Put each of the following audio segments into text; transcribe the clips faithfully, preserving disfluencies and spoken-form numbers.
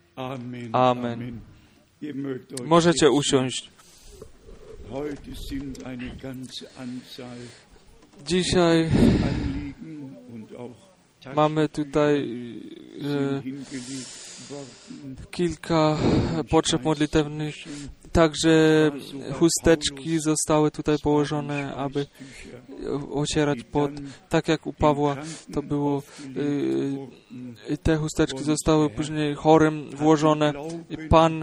Amen. Możecie usiąść. Dzisiaj mamy tutaj e, kilka potrzeb modlitewnych. Także chusteczki zostały tutaj położone, aby ocierać pot. Tak jak u Pawła to było, e, te chusteczki zostały później chorym włożone. I Pan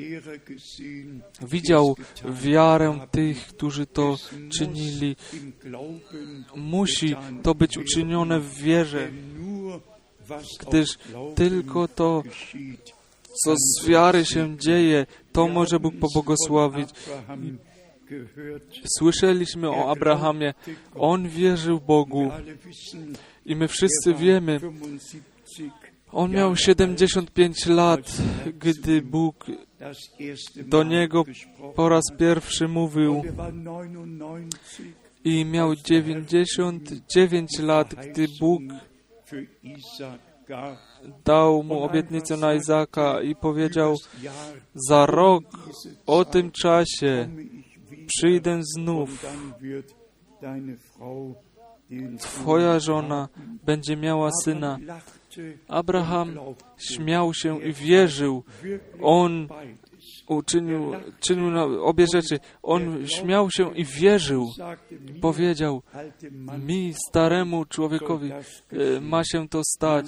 widział wiarę tych, którzy to czynili. Musi to być uczynione w wierze, gdyż tylko to, co z wiary się dzieje, to może Bóg pobłogosławić. Słyszeliśmy o Abrahamie. On wierzył Bogu i my wszyscy wiemy, on miał siedemdziesiąt pięć lat, gdy Bóg do niego po raz pierwszy mówił, i miał dziewięćdziesiąt dziewięć lat, gdy Bóg dał mu obietnicę na Izaka i powiedział: za rok o tym czasie przyjdę znów. Twoja żona będzie miała syna. Abraham śmiał się i wierzył. On uczynił czynił obie rzeczy. On śmiał się i wierzył. Powiedział: mi, staremu człowiekowi, ma się to stać.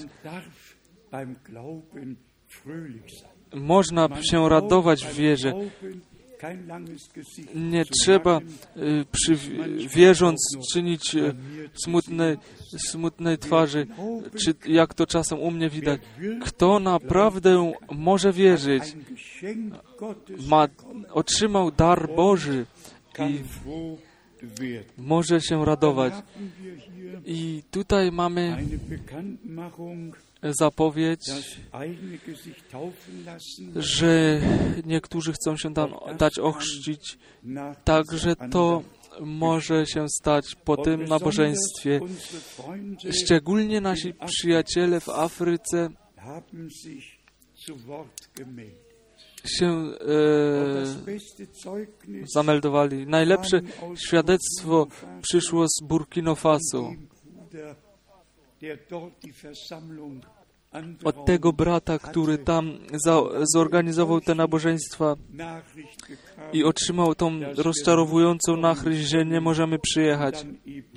Można się radować w wierze. Nie trzeba przy, wierząc czynić smutnej, smutnej twarzy, czy jak to czasem u mnie widać. Kto naprawdę może wierzyć, ma, otrzymał dar Boży i może się radować. I tutaj mamy zapowiedź, że niektórzy chcą się tam dać ochrzcić, także to może się stać po tym nabożeństwie. Szczególnie nasi przyjaciele w Afryce się e, zameldowali. Najlepsze świadectwo przyszło z Burkina Faso. Od tego brata, który tam za, zorganizował te nabożeństwa i otrzymał tą rozczarowującą nachryś, że nie możemy przyjechać.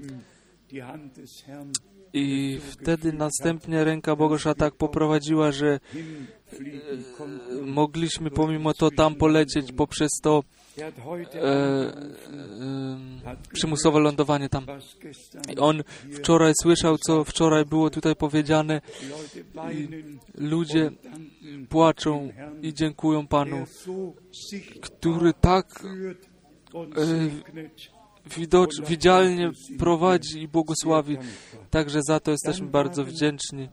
I wtedy następnie ręka Boża tak poprowadziła, że e, mogliśmy pomimo to tam polecieć poprzez to e, e, przymusowe lądowanie tam. I on wczoraj słyszał, co wczoraj było tutaj powiedziane. I ludzie płaczą i dziękują Panu, który tak e, widocz, widzialnie prowadzi i błogosławi. Także za to jesteśmy bardzo wdzięczni.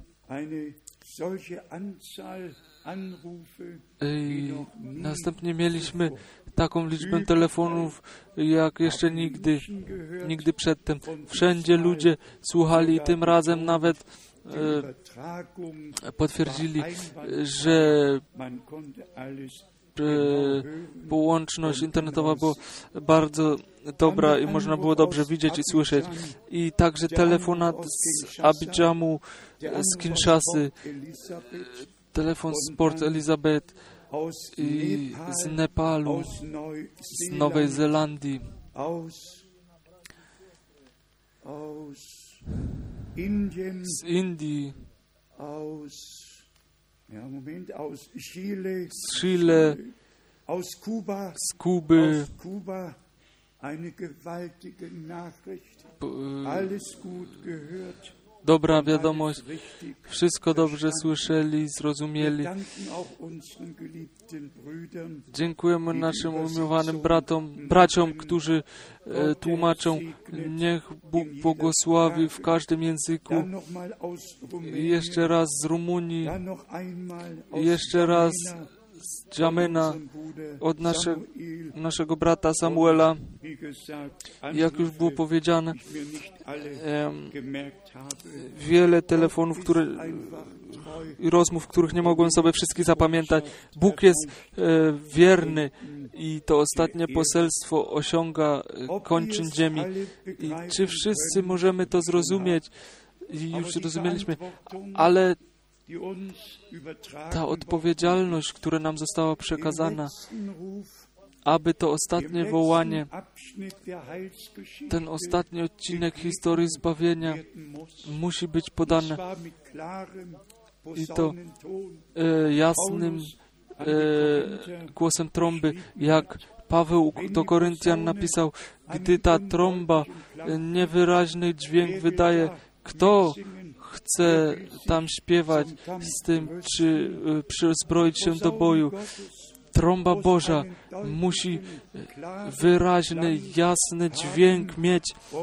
I następnie mieliśmy taką liczbę telefonów, jak jeszcze nigdy, nigdy przedtem. Wszędzie ludzie słuchali i tym razem nawet e, potwierdzili, że połączność internetowa była bardzo dobra i można było dobrze widzieć i słyszeć. I także telefonat z Abidżanu, z Kinshasy, telefon z Port Elizabeth i z Nepalu, z Nowej Zelandii, z Indii, z Chile, z Kuby. Dobra wiadomość, wszystko dobrze słyszeli, zrozumieli. Dziękujemy naszym umiłowanym bratom, braciom, którzy e, tłumaczą. Niech Bóg błogosławi w każdym języku. I jeszcze raz z Rumunii, i jeszcze raz z Jamena, od nasze, naszego brata Samuela. Jak już było powiedziane, um, wiele telefonów, które, i rozmów, których nie mogłem sobie wszystkich zapamiętać. Bóg jest e, wierny i to ostatnie poselstwo osiąga kończyn ziemi. I czy wszyscy możemy to zrozumieć? I już zrozumieliśmy, ale ta odpowiedzialność, która nam została przekazana, aby to ostatnie wołanie, ten ostatni odcinek historii zbawienia musi być podane i to e, jasnym e, głosem trąby, jak Paweł do Koryntian napisał, gdy ta trąba niewyraźny dźwięk wydaje, kto chce tam śpiewać z tym, czy przyzbroić się do boju. Trąba Boża musi wyraźny, jasny dźwięk mieć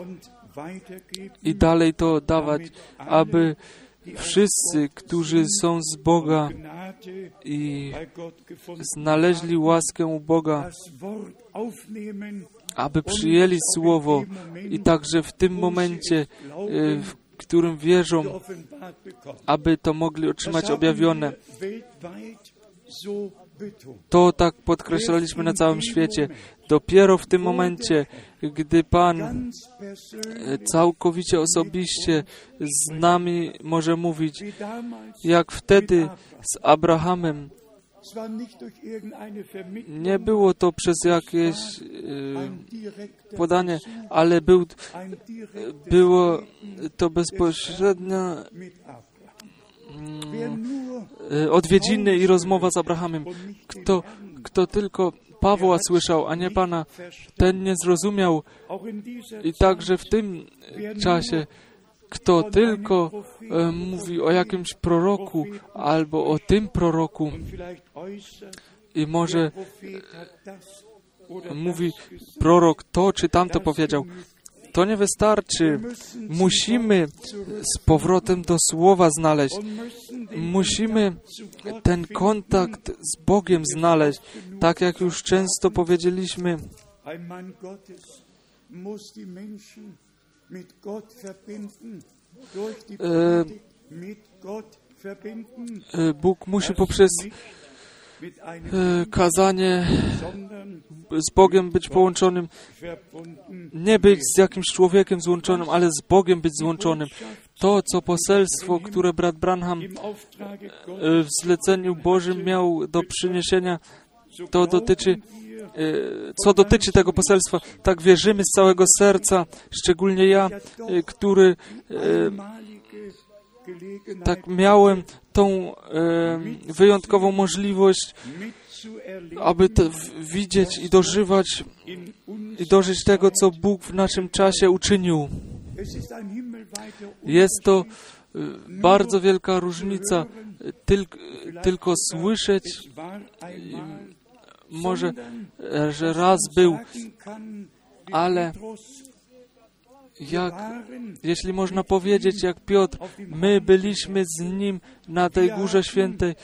i dalej to dawać, aby wszyscy, którzy są z Boga i znaleźli łaskę u Boga, aby przyjęli Słowo i także w tym momencie, w którym wierzą, aby to mogli otrzymać objawione. To tak podkreślaliśmy na całym świecie. Dopiero w tym momencie, gdy Pan całkowicie osobiście z nami może mówić, jak wtedy z Abrahamem. Nie było to przez jakieś e, podanie, ale był, było to bezpośrednia e, odwiedziny i rozmowa z Abrahamem. Kto, kto tylko Pawła słyszał, a nie Pana, ten nie zrozumiał. I także w tym czasie, kto tylko e, mówi o jakimś proroku albo o tym proroku i może e, mówi prorok to czy tamto powiedział, to nie wystarczy. Musimy z powrotem do Słowa znaleźć. Musimy ten kontakt z Bogiem znaleźć. Tak jak już często powiedzieliśmy, E, e, Bóg musi poprzez e, kazanie z Bogiem być połączonym, nie być z jakimś człowiekiem złączonym, ale z Bogiem być złączonym. To, co poselstwo, które brat Branham e, w zleceniu Bożym miał do przyniesienia, to dotyczy co dotyczy tego poselstwa, tak wierzymy z całego serca, szczególnie ja, który tak miałem tą wyjątkową możliwość, aby to widzieć i dożywać i dożyć tego, co Bóg w naszym czasie uczynił. Jest to bardzo wielka różnica, tylko, tylko słyszeć, może, że raz był, ale jak, jeśli można powiedzieć, jak Piotr, my byliśmy z Nim na tej Górze Świętej,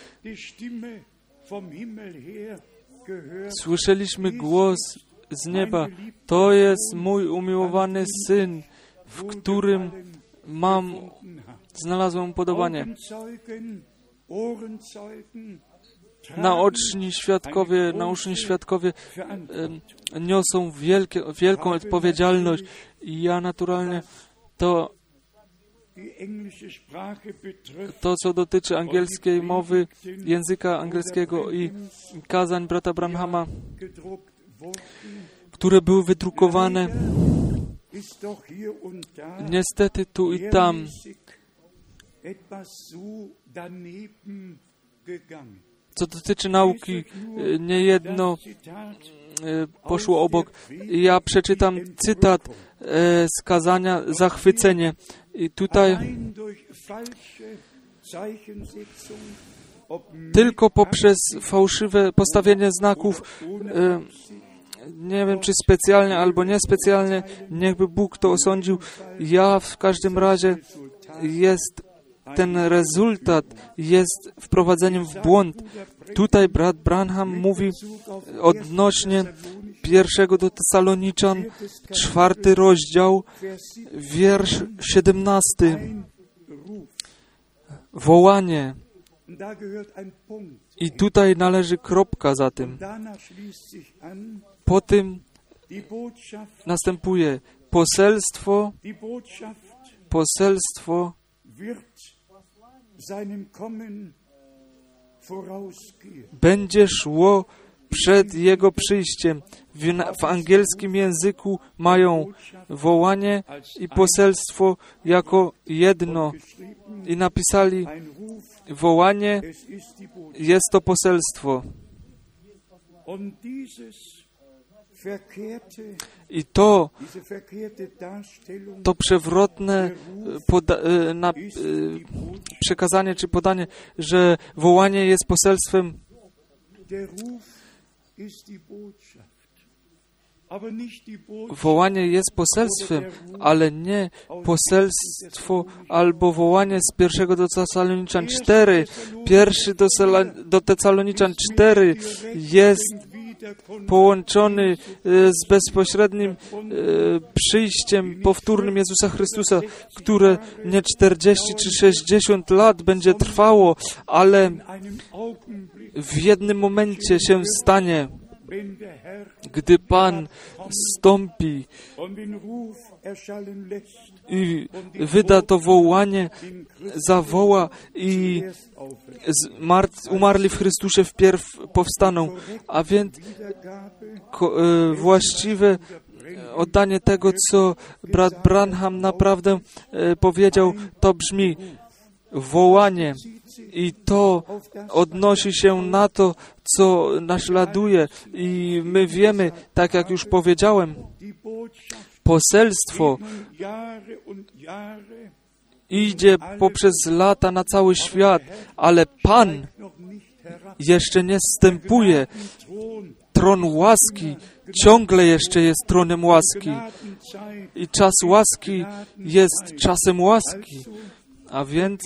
słyszeliśmy głos z nieba, to jest mój umiłowany Syn, w którym mam, znalazłem upodobanie. Naoczni świadkowie, naoczni świadkowie e, niosą wielkie, wielką odpowiedzialność i ja naturalnie to, to, co dotyczy angielskiej mowy, języka angielskiego i kazań brata Branhama, które były wydrukowane, niestety tu i tam co dotyczy nauki, niejedno poszło obok. Ja przeczytam cytat z kazania Zachwycenie. I tutaj tylko poprzez fałszywe postawienie znaków, nie wiem czy specjalnie albo niespecjalnie, niechby Bóg to osądził. Ja w każdym razie jest ten rezultat jest wprowadzeniem w błąd. Tutaj brat Branham mówi odnośnie pierwszego do Tesaloniczan, czwarty rozdział, wiersz siedemnasty. Wołanie. I tutaj należy kropka za tym. Po tym następuje poselstwo, poselstwo będzie szło przed Jego przyjściem. W, w angielskim języku mają wołanie i poselstwo jako jedno. I napisali wołanie, jest to poselstwo. I to, to przewrotne poda- na, przekazanie czy podanie, że wołanie jest poselstwem, wołanie jest poselstwem, ale nie poselstwo albo wołanie z pierwszego do Tesaloniczan cztery. Pierwszy do, Sela- do Tesaloniczan cztery jest połączony z bezpośrednim przyjściem powtórnym Jezusa Chrystusa, które nie czterdzieści czy sześćdziesiąt lat będzie trwało, ale w jednym momencie się stanie, gdy Pan stąpi i wyda to wołanie, zawoła i umarli w Chrystusie wpierw powstaną. A więc ko, e, właściwe oddanie tego, co brat Branham naprawdę e, powiedział, to brzmi wołanie. I to odnosi się na to, co naśladuje. I my wiemy, tak jak już powiedziałem, poselstwo idzie poprzez lata na cały świat, ale Pan jeszcze nie zstępuje. Tron łaski ciągle jeszcze jest tronem łaski. I czas łaski jest czasem łaski. A więc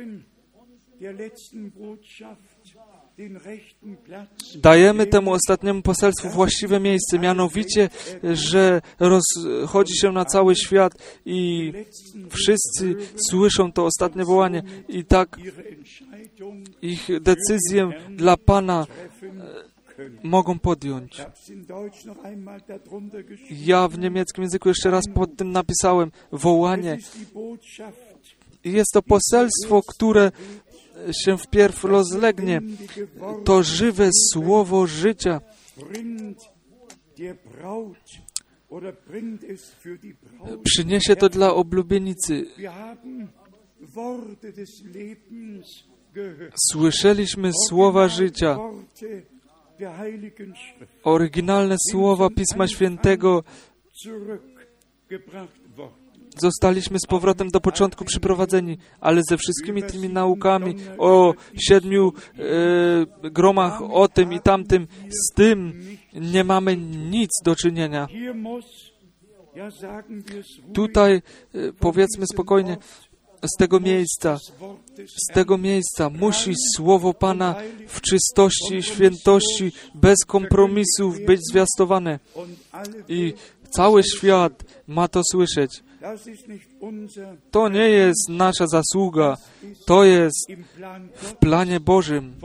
dajemy temu ostatniemu poselstwu właściwe miejsce, mianowicie, że rozchodzi się na cały świat i wszyscy słyszą to ostatnie wołanie i tak ich decyzję dla Pana mogą podjąć. Ja w niemieckim języku jeszcze raz pod tym napisałem wołanie. Jest to poselstwo, które się wpierw rozlegnie. To żywe słowo życia. Przyniesie to dla oblubienicy. Słyszeliśmy słowa życia. Oryginalne słowa Pisma Świętego zostaliśmy z powrotem do początku przyprowadzeni, ale ze wszystkimi tymi naukami o siedmiu e, gromach, o tym i tamtym, z tym nie mamy nic do czynienia. Tutaj, e, powiedzmy spokojnie, z tego miejsca, z tego miejsca musi słowo Pana w czystości i świętości, bez kompromisów być zwiastowane. I cały świat ma to słyszeć. To nie jest nasza zasługa, to jest w planie Bożym.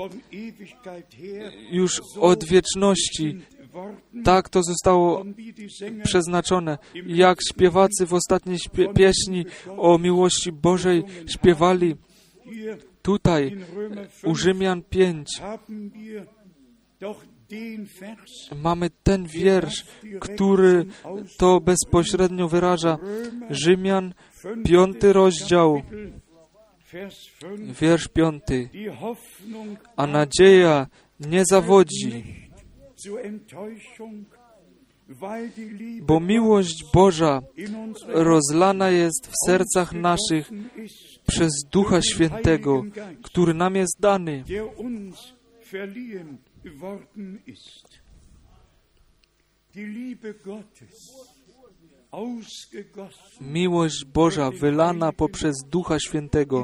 Już od wieczności tak to zostało przeznaczone. Jak śpiewacy w ostatniej śpie- pieśni o miłości Bożej śpiewali tutaj u Rzymian pięć. Mamy ten wiersz, który to bezpośrednio wyraża. Rzymian, piąty rozdział, wiersz piąty. A nadzieja nie zawodzi, bo miłość Boża rozlana jest w sercach naszych przez Ducha Świętego, który nam jest dany. Miłość Boża wylana poprzez Ducha Świętego.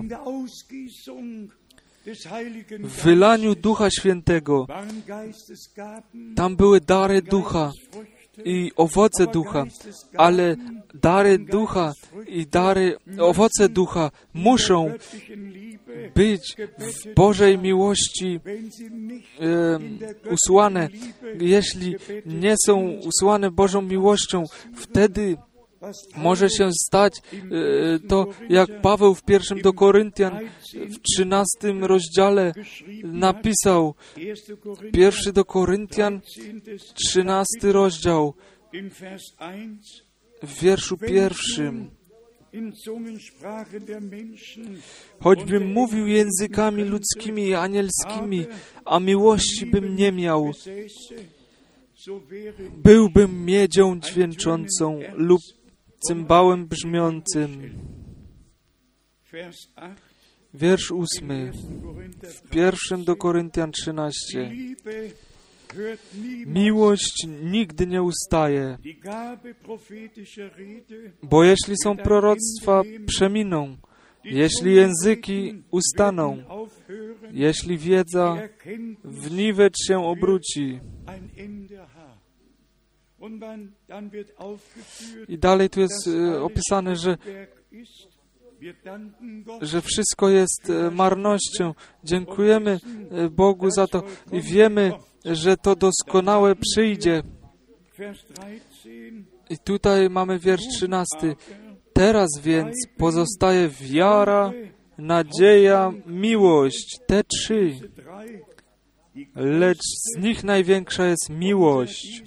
W wylaniu Ducha Świętego tam były dary Ducha i owoce Ducha, ale dary Ducha i dary, owoce Ducha muszą być w Bożej miłości e, usłane. Jeśli nie są usłane Bożą miłością, wtedy może się stać e, to, jak Paweł w pierwszym do Koryntian w trzynastym rozdziale napisał. Pierwszy do Koryntian, trzynasty rozdział, w wierszu pierwszym. Choćbym mówił językami ludzkimi i anielskimi, a miłości bym nie miał, byłbym miedzią dźwięczącą lub cymbałem brzmiącym. Wiersz ósmy. W pierwszym do Koryntian trzynaście. Miłość nigdy nie ustaje, bo jeśli są proroctwa, przeminą, jeśli języki ustaną, jeśli wiedza w niwecz się obróci. I dalej tu jest e, opisane, że, że wszystko jest e, marnością. Dziękujemy e, Bogu za to i wiemy, że to doskonałe przyjdzie. I tutaj mamy wiersz trzynasty. Teraz więc pozostaje wiara, nadzieja, miłość. Te trzy. Lecz z nich największa jest miłość.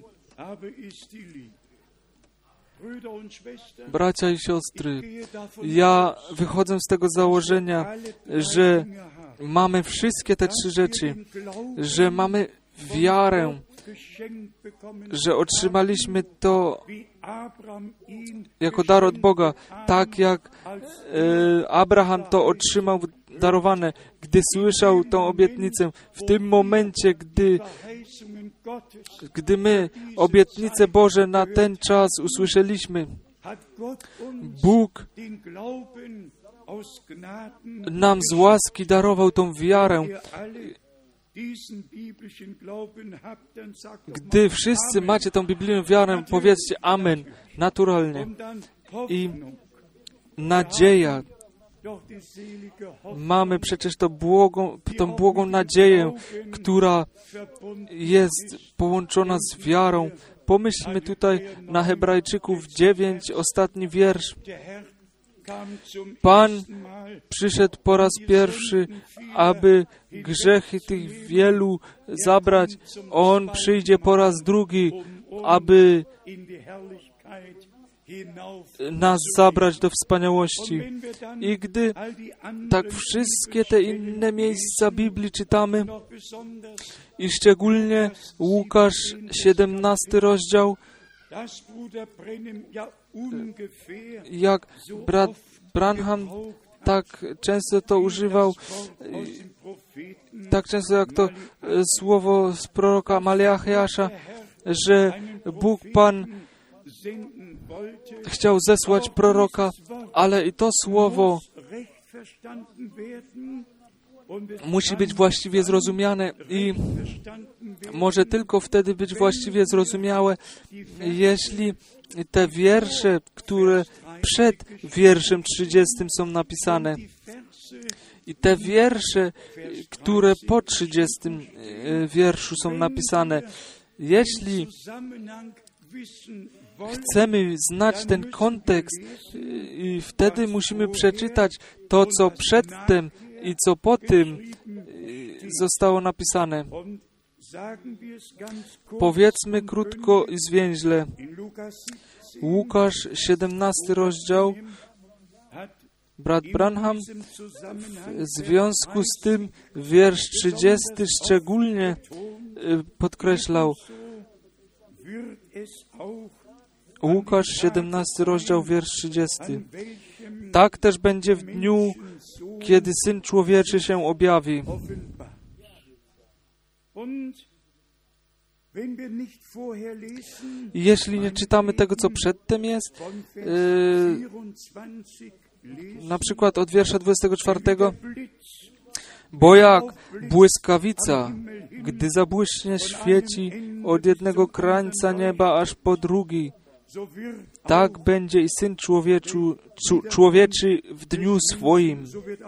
Bracia i siostry, ja wychodzę z tego założenia, że mamy wszystkie te trzy rzeczy, że mamy wiarę, że otrzymaliśmy to jako dar od Boga, tak jak e, Abraham to otrzymał darowane, gdy słyszał tą obietnicę. W tym momencie, gdy, gdy my obietnice Boże na ten czas usłyszeliśmy, Bóg nam z łaski darował tą wiarę. Gdy wszyscy macie tą biblijną wiarę, powiedzcie amen, naturalnie. I nadzieja. Mamy przecież to błogą, tą błogą nadzieję, która jest połączona z wiarą. Pomyślmy tutaj na Hebrajczyków dziewięć, ostatni wiersz. Pan przyszedł po raz pierwszy, aby grzechy tych wielu zabrać. On przyjdzie po raz drugi, aby nas zabrać do wspaniałości. I gdy tak wszystkie te inne miejsca Biblii czytamy, i szczególnie Łukasz, siedemnasty rozdział, jak brat Branham tak często to używał, tak często jak to słowo z proroka Maleachiasza, że Bóg Pan chciał zesłać proroka, ale i to słowo musi być właściwie zrozumiane i może tylko wtedy być właściwie zrozumiałe, jeśli te wiersze, które przed wierszem trzydziestym są napisane i te wiersze, które po trzydziestym wierszu są napisane, jeśli chcemy znać ten kontekst i wtedy musimy przeczytać to, co przedtem i co po tym zostało napisane. Powiedzmy krótko i zwięźle. Łukasz, siedemnasty rozdział. Brat Branham w związku z tym wiersz trzydziesty szczególnie podkreślał. Łukasz, siedemnasty rozdział, wiersz trzydziesty. Tak też będzie w dniu, kiedy Syn Człowieczy się objawi. Jeśli nie czytamy tego, co przedtem jest, yy, na przykład od wiersza dwudziestego czwartego, bo jak błyskawica, gdy zabłyśnie, świeci od jednego krańca nieba aż po drugi, tak będzie i Syn człowieczy, człowieczy w dniu swoim.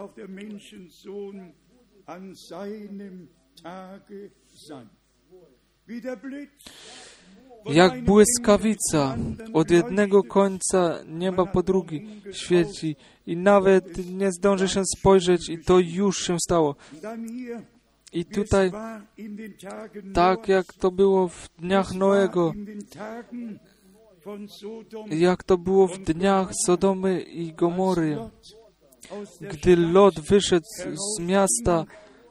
Jak błyskawica od jednego końca nieba po drugi świeci i nawet nie zdąży się spojrzeć i to już się stało. I tutaj, tak jak to było w dniach Noego, jak to było w dniach Sodomy i Gomory, gdy Lot wyszedł z miasta,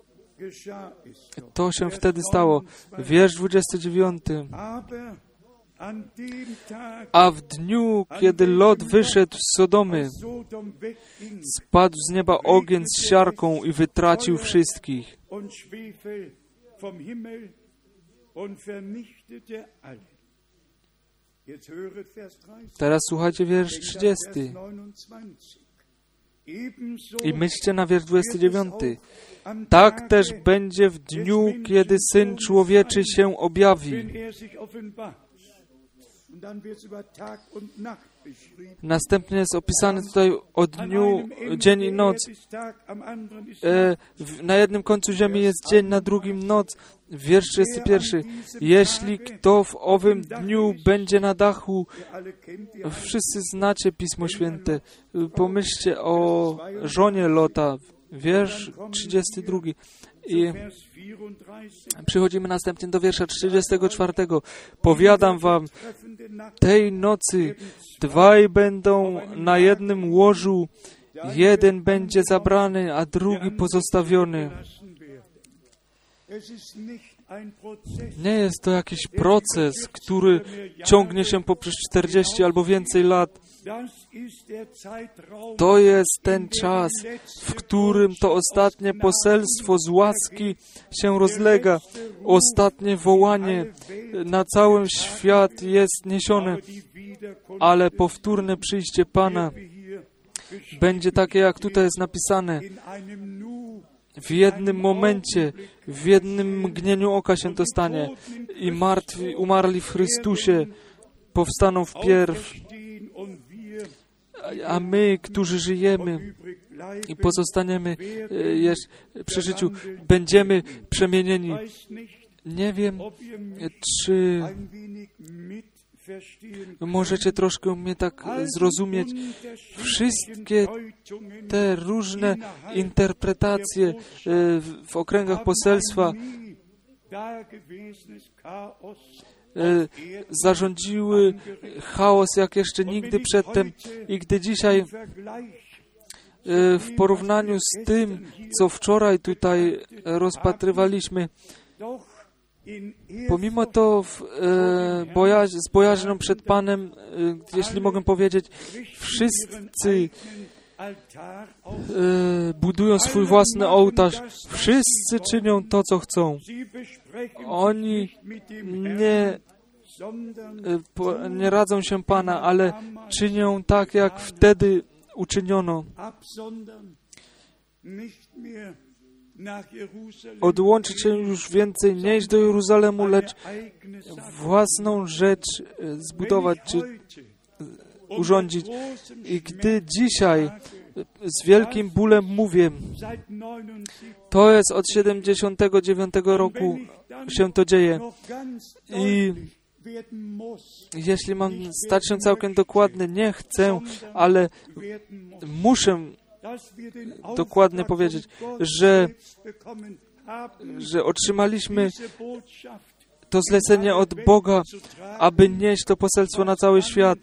to się wtedy stało. Wiersz dwudziesty dziewiąty. A w dniu, kiedy Lot wyszedł z Sodomy, spadł z nieba ogień z siarką i wytracił wszystkich. Teraz słuchajcie wiersz trzydziesty. I myślcie na wiersz dwudziesty dziewiąty. Tak też będzie w dniu, kiedy Syn Człowieczy się objawi. Następnie jest opisany tutaj o dniu, dzień i noc. E, w, na jednym końcu ziemi jest dzień, na drugim noc. Wiersz trzydziesty pierwszy. Jeśli kto w owym dniu będzie na dachu, wszyscy znacie Pismo Święte. Pomyślcie o żonie Lota. Wiersz trzydziesty drugi. I przychodzimy następnie do wiersza trzydziestego czwartego. Powiadam wam, tej nocy dwaj będą na jednym łożu, jeden będzie zabrany, a drugi pozostawiony. Nie jest to jakiś proces, który ciągnie się poprzez czterdzieści albo więcej lat. To jest ten czas, w którym to ostatnie poselstwo z łaski się rozlega. Ostatnie wołanie na cały świat jest niesione, ale powtórne przyjście Pana będzie takie, jak tutaj jest napisane. W jednym momencie, w jednym mgnieniu oka się to stanie i martwi, umarli w Chrystusie powstaną wpierw, a my, którzy żyjemy i pozostaniemy jeszcze przy życiu, będziemy przemienieni. Nie wiem, czy możecie troszkę mnie tak zrozumieć. Wszystkie te różne interpretacje w okręgach poselstwa zarządziły chaos jak jeszcze nigdy przedtem i gdy dzisiaj w porównaniu z tym, co wczoraj tutaj rozpatrywaliśmy, pomimo to w, e, bojaź, z bojaźnią przed Panem, e, jeśli mogę powiedzieć, wszyscy e, budują swój własny ołtarz, wszyscy czynią to, co chcą. Oni nie, e, po, nie radzą się Pana, ale czynią tak, jak wtedy uczyniono. Odłączyć się już więcej, nie iść do Jeruzalemu, lecz własną rzecz zbudować czy urządzić. I gdy dzisiaj z wielkim bólem mówię, to jest od siedemdziesiątego dziewiątego roku się to dzieje. I jeśli mam stać się całkiem dokładny, nie chcę, ale muszę dokładnie powiedzieć, że, że otrzymaliśmy to zlecenie od Boga, aby nieść to poselstwo na cały świat.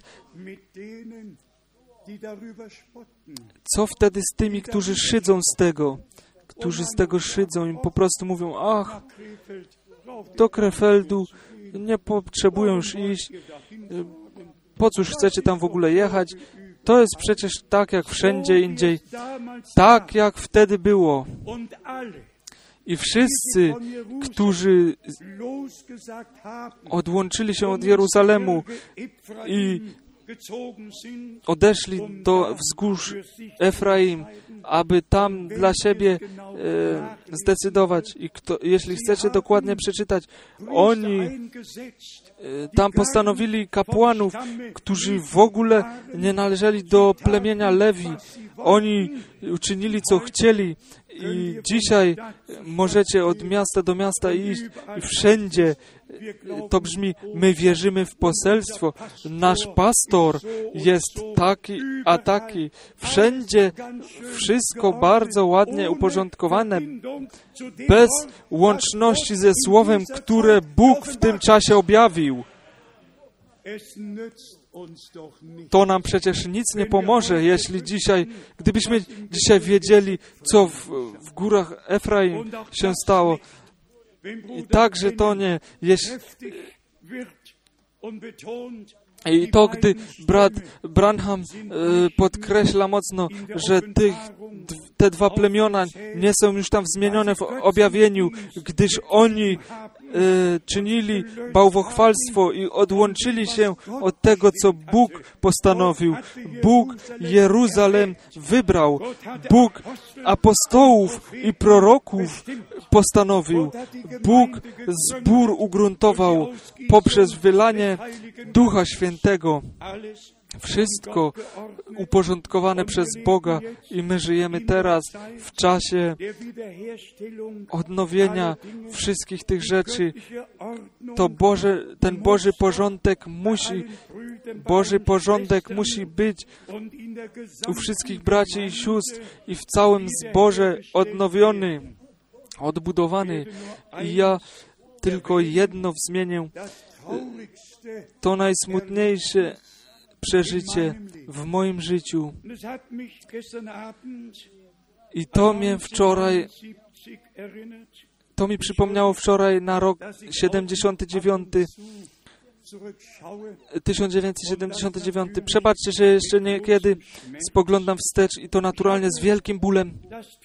Co wtedy z tymi, którzy szydzą z tego, którzy z tego szydzą i po prostu mówią, ach, do Krefeldu nie potrzebują już iść, po cóż chcecie tam w ogóle jechać? To jest przecież tak, jak wszędzie indziej, tak, jak wtedy było. I wszyscy, którzy odłączyli się od Jeruzalemu i odeszli do wzgórz Efraim, aby tam dla siebie e, zdecydować. I kto, jeśli chcecie dokładnie przeczytać, oni e, tam postanowili kapłanów, którzy w ogóle nie należeli do plemienia Lewi. Oni uczynili, co chcieli. I dzisiaj możecie od miasta do miasta iść i wszędzie to brzmi, my wierzymy w poselstwo. Nasz pastor jest taki, a taki. Wszędzie wszystko bardzo ładnie uporządkowane, bez łączności ze Słowem, które Bóg w tym czasie objawił. To nam przecież nic nie pomoże, jeśli dzisiaj, gdybyśmy dzisiaj wiedzieli, co w, w górach Efraim się stało. I także to nie, jeśli, i to, gdy brat Branham e, podkreśla mocno, że tych, te dwa plemiona nie są już tam zmienione w objawieniu, gdyż oni e, czynili bałwochwalstwo i odłączyli się od tego, co Bóg postanowił. Bóg Jeruzalem wybrał. Bóg apostołów i proroków postanowił. Bóg zbór ugruntował poprzez wylanie Ducha Świętego. Wszystko uporządkowane przez Boga i my żyjemy teraz w czasie odnowienia wszystkich tych rzeczy. To Boże, ten Boży porządek musi, Boży porządek musi być u wszystkich braci i sióstr i w całym zborze odnowiony, odbudowany. I ja tylko jedno wzmienię. To najsmutniejsze przeżycie w moim życiu. I to mnie wczoraj, to mi przypomniało wczoraj na rok siedemdziesiąty dziewiąty, tysiąc dziewięćset siedemdziesiąty dziewiąty. Przebaczcie, że jeszcze niekiedy spoglądam wstecz i to naturalnie z wielkim bólem.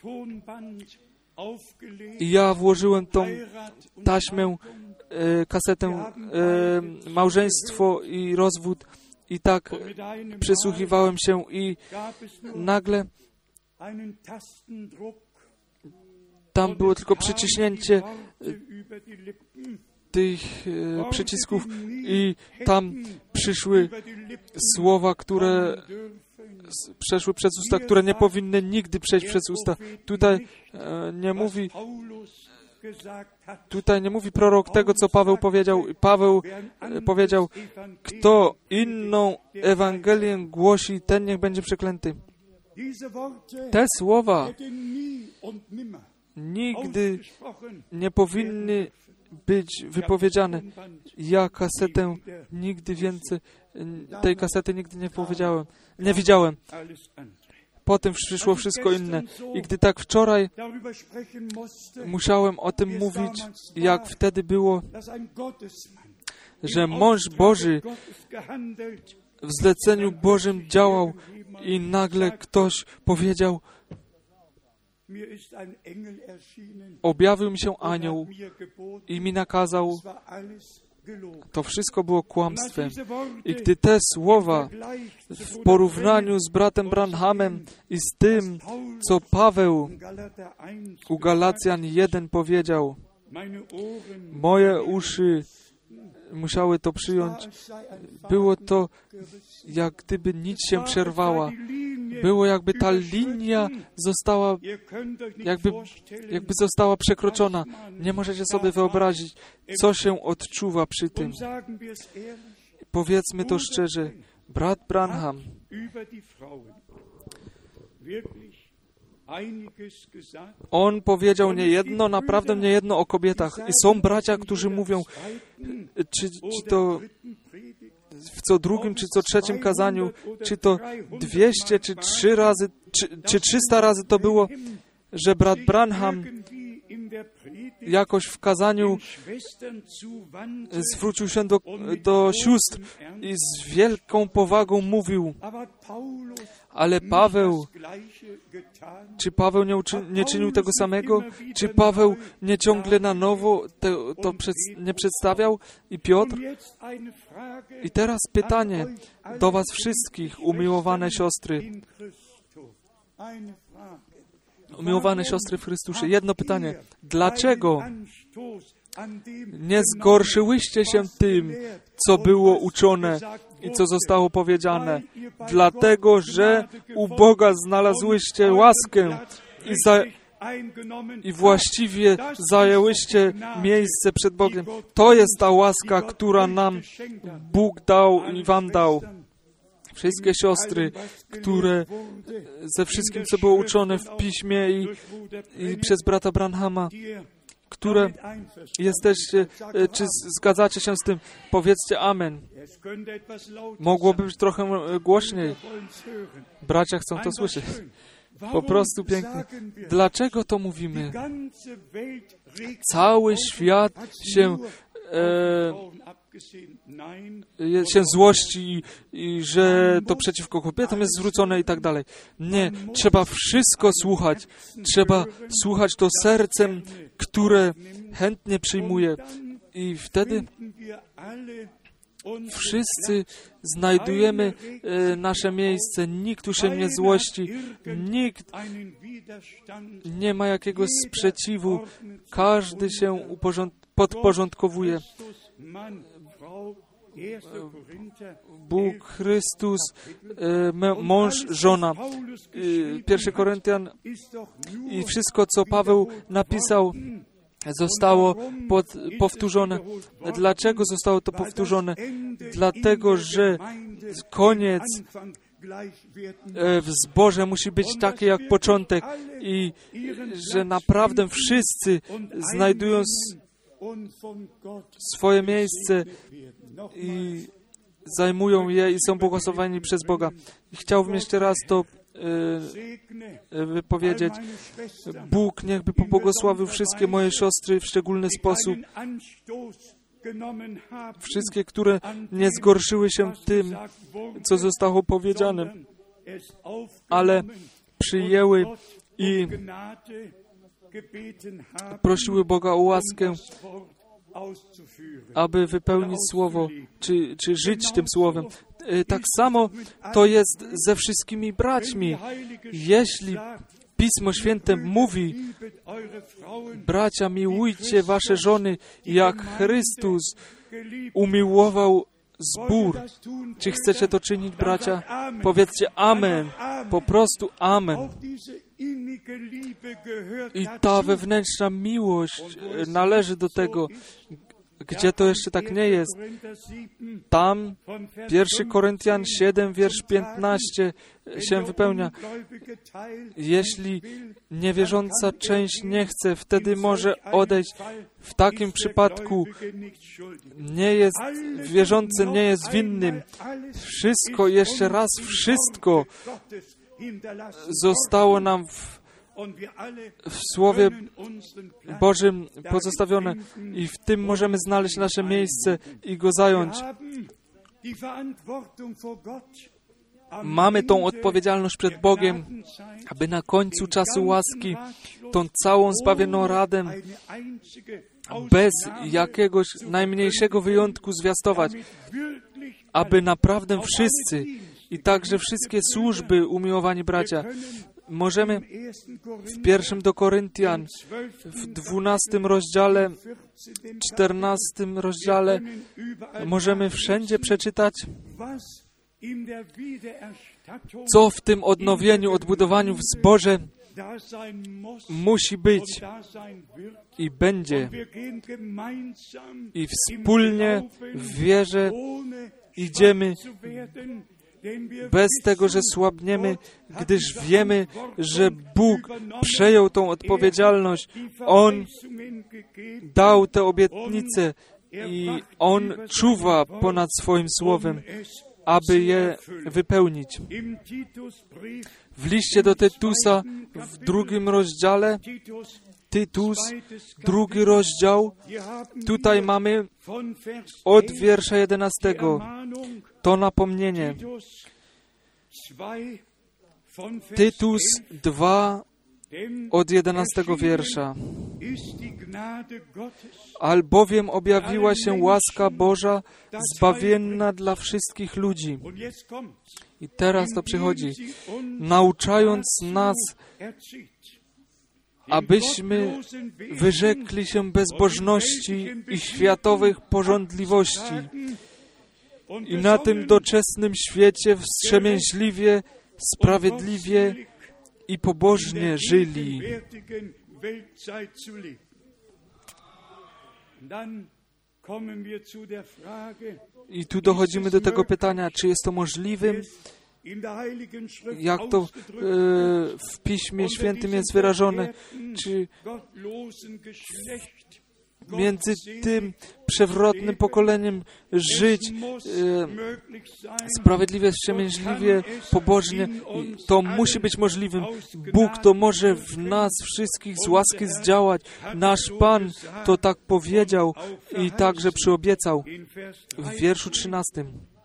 I ja włożyłem tą taśmę, e, kasetę e, Małżeństwo i rozwód i tak przysłuchiwałem się i nagle tam było tylko przyciśnięcie tych e, przycisków i tam przyszły słowa, które przeszły przez usta, które nie powinny nigdy przejść przez usta. Tutaj e, nie mówi Tutaj nie mówi prorok tego, co Paweł powiedział. Paweł e, powiedział, kto inną Ewangelię głosi, ten niech będzie przeklęty. Te słowa nigdy nie powinny być wypowiedziane. Ja kasetę nigdy więcej, tej kasety nigdy nie powiedziałem, nie widziałem. Potem przyszło wszystko inne. I gdy tak wczoraj musiałem o tym mówić, jak wtedy było, że mąż Boży w zleceniu Bożym działał i nagle ktoś powiedział, objawił mi się anioł i mi nakazał. To wszystko było kłamstwem. I gdy te słowa w porównaniu z bratem Branhamem i z tym, co Paweł u Galacjan jeden powiedział, moje uszy musiały to przyjąć, było to, jak gdyby nic się przerwała. Było jakby ta linia została, jakby, jakby została przekroczona. Nie możecie sobie wyobrazić, co się odczuwa przy tym. Powiedzmy to szczerze, brat Branham on powiedział niejedno, naprawdę niejedno o kobietach. I są bracia, którzy mówią, czy, czy to w co drugim, czy co trzecim kazaniu, czy to dwieście, czy trzy razy, czy, czy trzysta razy to było, że brat Branham jakoś w kazaniu zwrócił się do, do sióstr i z wielką powagą mówił. Ale Paweł, czy Paweł nie, uczy, nie czynił tego samego? Czy Paweł nie ciągle na nowo te, to przed, nie przedstawiał? I Piotr? I teraz pytanie do was wszystkich, umiłowane siostry. Umiłowane siostry w Chrystusie. Jedno pytanie. Dlaczego nie zgorszyłyście się tym, co było uczone i co zostało powiedziane? Dlatego, że u Boga znalazłyście łaskę i, za, i właściwie zajęłyście miejsce przed Bogiem. To jest ta łaska, która nam Bóg dał i wam dał. Wszystkie siostry, które ze wszystkim, co było uczone w Piśmie i, i przez brata Branhama, które jesteście, czy zgadzacie się z tym, powiedzcie amen. Mogłoby być trochę głośniej. Bracia chcą to słyszeć. Po prostu pięknie. Dlaczego to mówimy? Cały świat się E, się złości i, i że to przeciwko kobietom jest zwrócone i tak dalej. Nie, trzeba wszystko słuchać. Trzeba słuchać to sercem, które chętnie przyjmuje. I wtedy wszyscy znajdujemy e, nasze miejsce. Nikt tu się nie złości. Nikt nie ma jakiegoś sprzeciwu. Każdy się uporządkuje. Podporządkowuje. Bóg, Chrystus, mąż, żona. Pierwszy Koryntian i wszystko, co Paweł napisał, zostało pod, powtórzone. Dlaczego zostało to powtórzone? Dlatego, że koniec w zborze musi być taki jak początek i że naprawdę wszyscy znajdują swoje miejsce i zajmują je i są błogosławieni przez Boga. I chciałbym jeszcze raz to e, wypowiedzieć. Bóg niechby pobłogosławił wszystkie moje siostry w szczególny sposób. Wszystkie, które nie zgorszyły się tym, co zostało powiedziane, ale przyjęły i prosiły Boga o łaskę, aby wypełnić Słowo, czy, czy żyć tym Słowem. Tak samo to jest ze wszystkimi braćmi. Jeśli Pismo Święte mówi, bracia, miłujcie wasze żony, jak Chrystus umiłował zbór. Czy chcecie to czynić, bracia? Powiedzcie amen. Po prostu amen. I ta wewnętrzna miłość należy do tego. Gdzie to jeszcze tak nie jest? Tam pierwszy Koryntian siedem, wiersz piętnaście się wypełnia. Jeśli niewierząca część nie chce, wtedy może odejść. W takim przypadku nie jest, wierzący nie jest winnym. Wszystko, jeszcze raz wszystko zostało nam w w Słowie Bożym pozostawione i w tym możemy znaleźć nasze miejsce i go zająć. Mamy tą odpowiedzialność przed Bogiem, aby na końcu czasu łaski tą całą zbawioną radę bez jakiegoś najmniejszego wyjątku zwiastować, aby naprawdę wszyscy i także wszystkie służby, umiłowani bracia, możemy w pierwszym do Koryntian, w dwunastym rozdziale, czternastym rozdziale, możemy wszędzie przeczytać, co w tym odnowieniu, odbudowaniu w zborze musi być i będzie. I wspólnie w wierze idziemy bez tego, że słabniemy, gdyż wiemy, że Bóg przejął tą odpowiedzialność. On dał te obietnice i On czuwa ponad swoim słowem, aby je wypełnić. W liście do Tytusa w drugim rozdziale, Tytus, drugi rozdział. Tutaj mamy od wiersza jedenastego to napomnienie. Tytus dwa od jedenastego wiersza. Albowiem objawiła się łaska Boża, zbawienna dla wszystkich ludzi. I teraz to przychodzi. Nauczając nas, abyśmy wyrzekli się bezbożności i światowych pożądliwości i na tym doczesnym świecie wstrzemięźliwie, sprawiedliwie i pobożnie żyli. I tu dochodzimy do tego pytania, czy jest to możliwym, jak to e, w Piśmie Świętym jest wyrażone, czy między tym przewrotnym pokoleniem żyć e, sprawiedliwie, wstrzemięźliwie, pobożnie. To musi być możliwym. Bóg to może w nas wszystkich z łaski zdziałać. Nasz Pan to tak powiedział i także przyobiecał w wierszu trzynastym.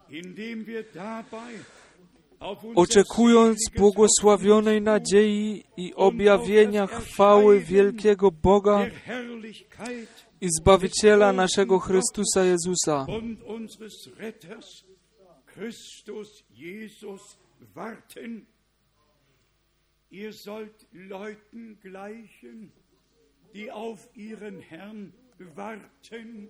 Oczekując błogosławionej nadziei i objawienia chwały wielkiego Boga i Zbawiciela naszego Chrystusa Jezusa. Ihr sollt Leuten gleichen, die auf ihren Herrn warten.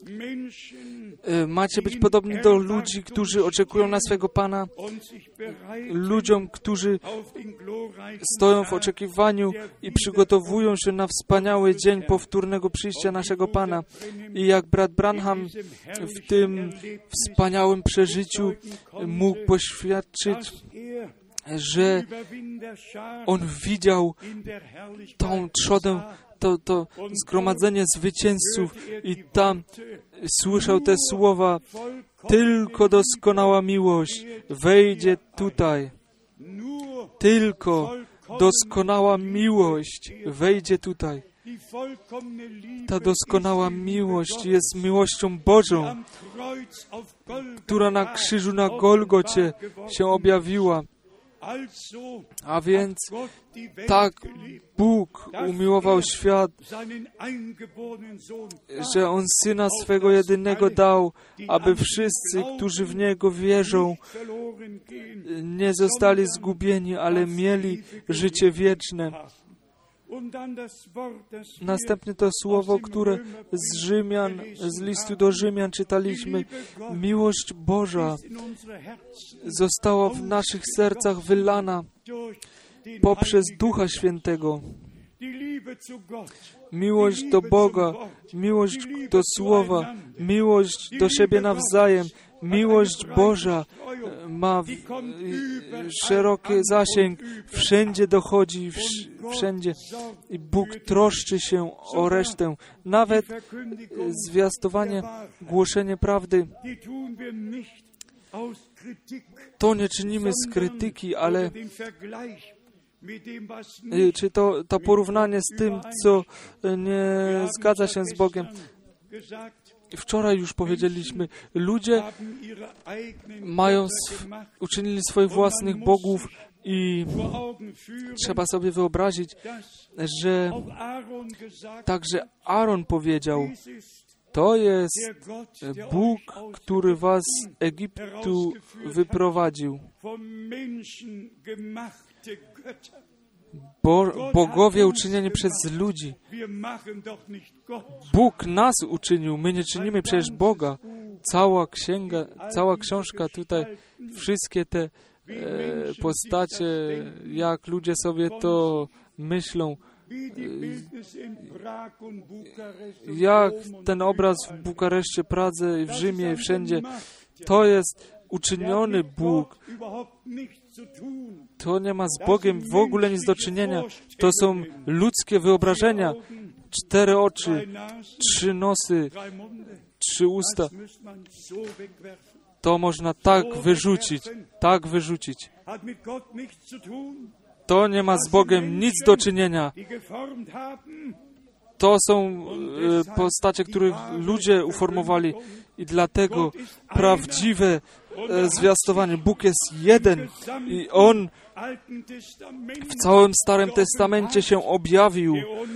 Macie być podobni do ludzi, którzy oczekują na swego Pana, ludziom, którzy stoją w oczekiwaniu i przygotowują się na wspaniały dzień powtórnego przyjścia naszego Pana. I jak brat Branham w tym wspaniałym przeżyciu mógł poświadczyć, że on widział tą trzodę, to, to zgromadzenie zwycięzców i tam słyszał te słowa: tylko doskonała miłość wejdzie tutaj. Tylko doskonała miłość wejdzie tutaj. Ta doskonała miłość jest miłością Bożą, która na krzyżu na Golgocie się objawiła. A więc tak Bóg umiłował świat, że On Syna swego jedynego dał, aby wszyscy, którzy w Niego wierzą, nie zostali zgubieni, ale mieli życie wieczne. Następnie to słowo, które z Rzymian, z listu do Rzymian czytaliśmy. Miłość Boża została w naszych sercach wylana poprzez Ducha Świętego. Miłość do Boga, miłość do Słowa, miłość do siebie nawzajem, miłość Boża ma szeroki zasięg, wszędzie dochodzi, wszędzie. I Bóg troszczy się o resztę. Nawet zwiastowanie, głoszenie prawdy, to nie czynimy z krytyki, ale czy to, to porównanie z tym, co nie zgadza się z Bogiem. Wczoraj już powiedzieliśmy, ludzie mają, uczynili swoich własnych bogów i trzeba sobie wyobrazić, że także Aaron powiedział: to jest Bóg, który was z Egiptu wyprowadził. Bo, bogowie uczynieni przez ludzi. Bóg nas uczynił, my nie czynimy przecież Boga. Cała księga, cała książka tutaj, wszystkie te e, postacie, jak ludzie sobie to myślą, e, jak ten obraz w Bukareszcie, Pradze, w Rzymie i wszędzie, to jest uczyniony Bóg. To nie ma z Bogiem w ogóle nic do czynienia. To są ludzkie wyobrażenia. Cztery oczy, trzy nosy, trzy usta. To można tak wyrzucić, tak wyrzucić. to nie ma z Bogiem nic do czynienia. To są e, postacie, których ludzie uformowali i dlatego prawdziwe e, zwiastowanie. Bóg jest jeden i On w całym Starym Testamencie się objawił.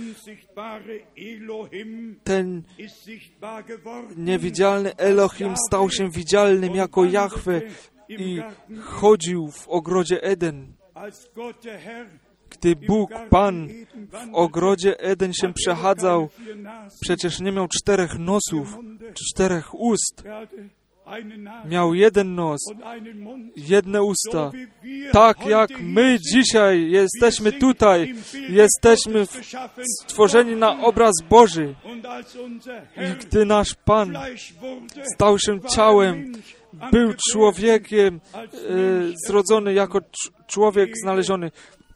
Ten niewidzialny Elohim stał się widzialnym jako Jahwe i chodził w ogrodzie Eden. Gdy Bóg, Pan, w ogrodzie Eden się przechadzał, przecież nie miał czterech nosów, czy czterech ust. Miał jeden nos, jedne usta. Tak jak my dzisiaj jesteśmy tutaj, jesteśmy stworzeni na obraz Boży. I gdy nasz Pan stał się ciałem, był człowiekiem, e, zrodzony jako człowiek znaleziony.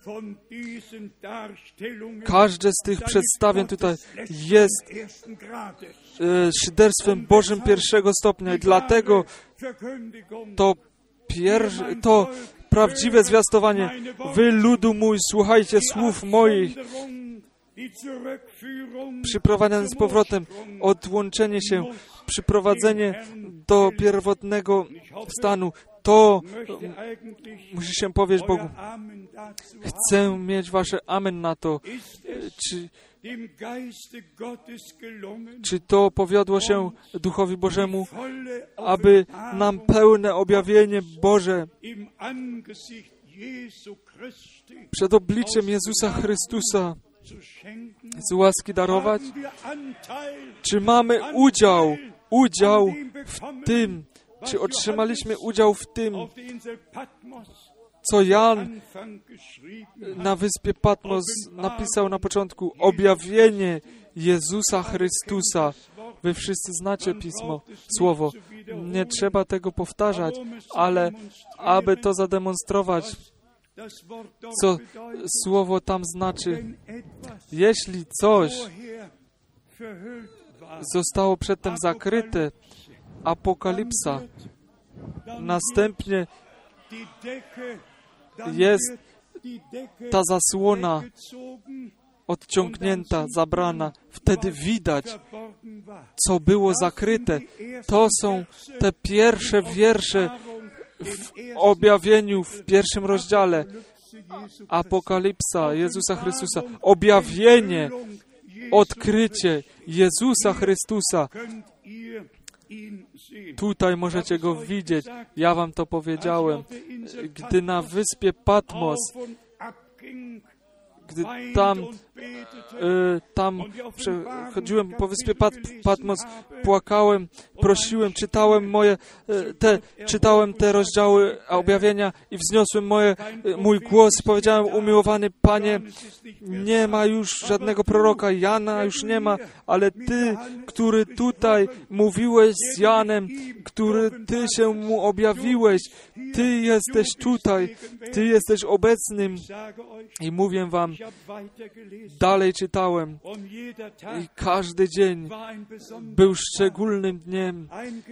Każde z tych przedstawień tutaj jest e, szyderstwem Bożym pierwszego stopnia i dlatego to, pier- to prawdziwe zwiastowanie. Wy, ludu mój, słuchajcie słów moich. Przyprowadzenie z powrotem, odłączenie się, przyprowadzenie do pierwotnego stanu. To musi się powiedzieć Bogu. Chcę mieć wasze amen na to. Czy, czy to powiodło się Duchowi Bożemu, aby nam pełne objawienie Boże przed obliczem Jezusa Chrystusa z łaski darować? Czy mamy udział, udział w tym, czy otrzymaliśmy udział w tym, co Jan na wyspie Patmos napisał na początku? Objawienie Jezusa Chrystusa. Wy wszyscy znacie Pismo, Słowo. Nie trzeba tego powtarzać, ale aby to zademonstrować, co Słowo tam znaczy. Jeśli coś zostało przedtem zakryte, Apokalipsa, następnie jest ta zasłona odciągnięta, zabrana. Wtedy widać, co było zakryte. To są te pierwsze wiersze w objawieniu, w pierwszym rozdziale. Apokalipsa Jezusa Chrystusa. Objawienie, odkrycie Jezusa Chrystusa. Tutaj możecie Go widzieć. Ja wam to powiedziałem. Gdy na wyspie Patmos, gdy tam, y, tam przechodziłem po wyspie Pat, Patmos, płakałem, prosiłem, czytałem moje, y, te, czytałem te rozdziały objawienia i wzniosłem moje, y, mój głos, powiedziałem: umiłowany Panie, nie ma już żadnego proroka, Jana już nie ma, ale Ty, który tutaj mówiłeś z Janem, który Ty się mu objawiłeś, Ty jesteś tutaj, Ty jesteś obecnym. I mówię wam, dalej czytałem i każdy dzień był szczególnym dniem.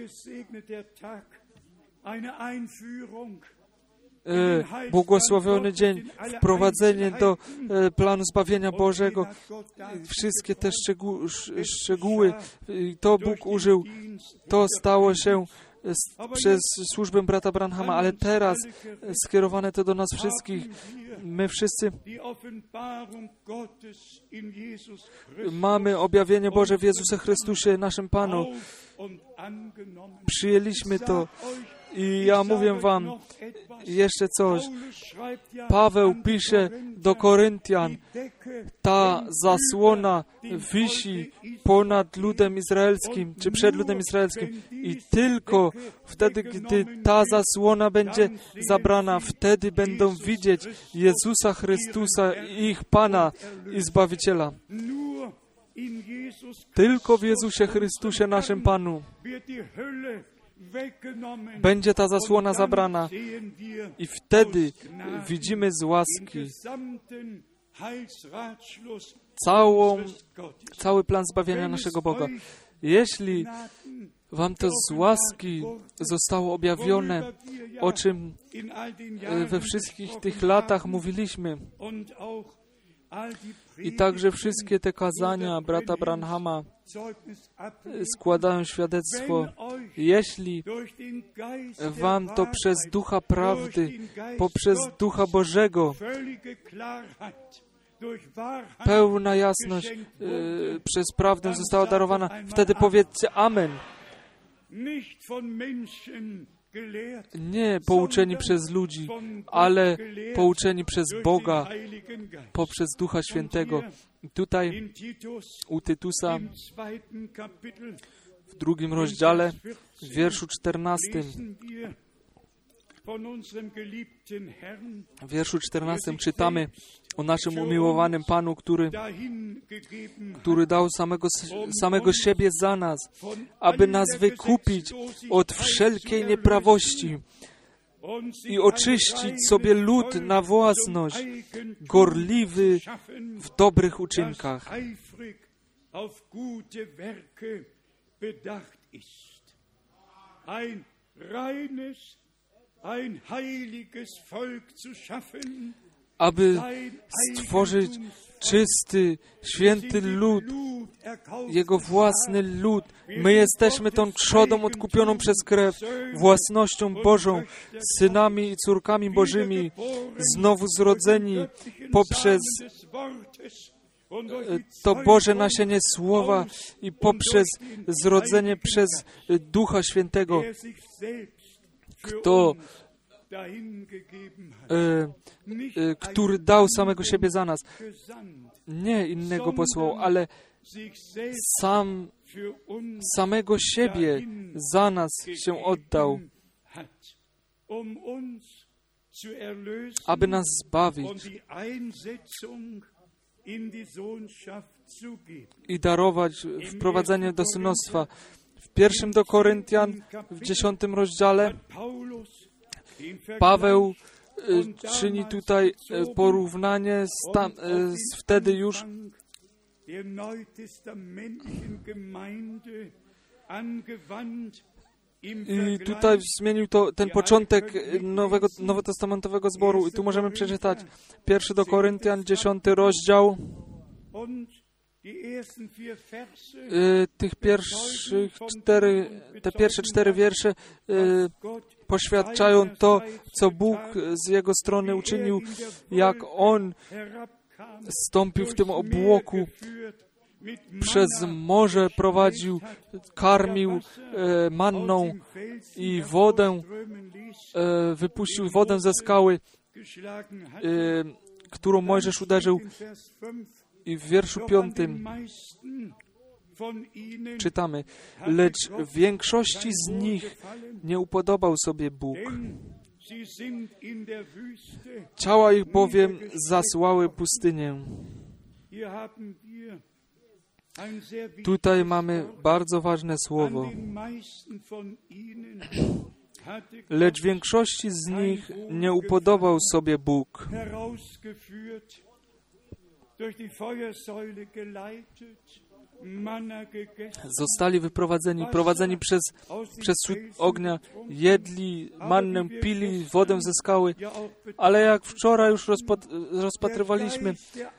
E, błogosławiony dzień, wprowadzenie do e, planu zbawienia Bożego, wszystkie te szczegół, szczegóły, to Bóg użył, to stało się przez służbę brata Branhama, ale teraz skierowane to do nas wszystkich. My wszyscy mamy objawienie Boże w Jezusie Chrystusie, naszym Panu. Przyjęliśmy to i ja mówię wam jeszcze coś. Paweł pisze do Koryntian, ta zasłona wisi ponad ludem izraelskim, czy przed ludem izraelskim i tylko wtedy, gdy ta zasłona będzie zabrana, wtedy będą widzieć Jezusa Chrystusa, ich Pana i Zbawiciela. Tylko w Jezusie Chrystusie, naszym Panu, będzie ta zasłona zabrana i wtedy widzimy z łaski całą, cały plan zbawienia naszego Boga. Jeśli wam to z łaski zostało objawione, o czym we wszystkich tych latach mówiliśmy. I także wszystkie te kazania brata Branhama składają świadectwo. Jeśli wam to przez Ducha Prawdy, poprzez Ducha Bożego, pełna jasność e, przez prawdę została darowana, wtedy powiedzcie Amen. Nie pouczeni przez ludzi, ale pouczeni przez Boga, poprzez Ducha Świętego. Tutaj u Tytusa w drugim rozdziale, w wierszu czternastym, w wierszu czternastym czytamy o naszym umiłowanym Panu, który, który dał samego, samego siebie za nas, aby nas wykupić od wszelkiej nieprawości i oczyścić sobie lud na własność, gorliwy w dobrych uczynkach. Aby stworzyć czysty, święty lud, Jego własny lud. My jesteśmy tą trzodą odkupioną przez krew, własnością Bożą, synami i córkami Bożymi, znowu zrodzeni poprzez to Boże nasienie Słowa i poprzez zrodzenie przez Ducha Świętego, kto E, e, który dał samego siebie za nas. Nie innego posłał, ale sam samego siebie za nas się oddał, aby nas zbawić i darować wprowadzenie do synostwa. W pierwszym do Koryntian, w dziesiątym rozdziale, Paweł e, czyni tutaj e, porównanie z, tam, e, z wtedy już i tutaj zmienił to, ten początek nowego, nowotestamentowego zboru. I tu możemy przeczytać pierwszy do Koryntian, dziesiąty rozdział. E, tych pierwszych cztery, te pierwsze cztery wiersze e, poświadczają to, co Bóg z Jego strony uczynił, jak On stąpił w tym obłoku, przez morze prowadził, karmił e, manną i wodę, e, wypuścił wodę ze skały, e, którą Mojżesz uderzył. I w wierszu piątym czytamy, lecz większości z nich nie upodobał sobie Bóg. Ciała ich bowiem zasłały pustynię. Tutaj mamy bardzo ważne słowo. Lecz większości z nich nie upodobał sobie Bóg. Zostali wyprowadzeni, prowadzeni przez, przez cud ognia, jedli mannę, pili wodę ze skały, ale jak wczoraj już rozpat rozpatrywaliśmy,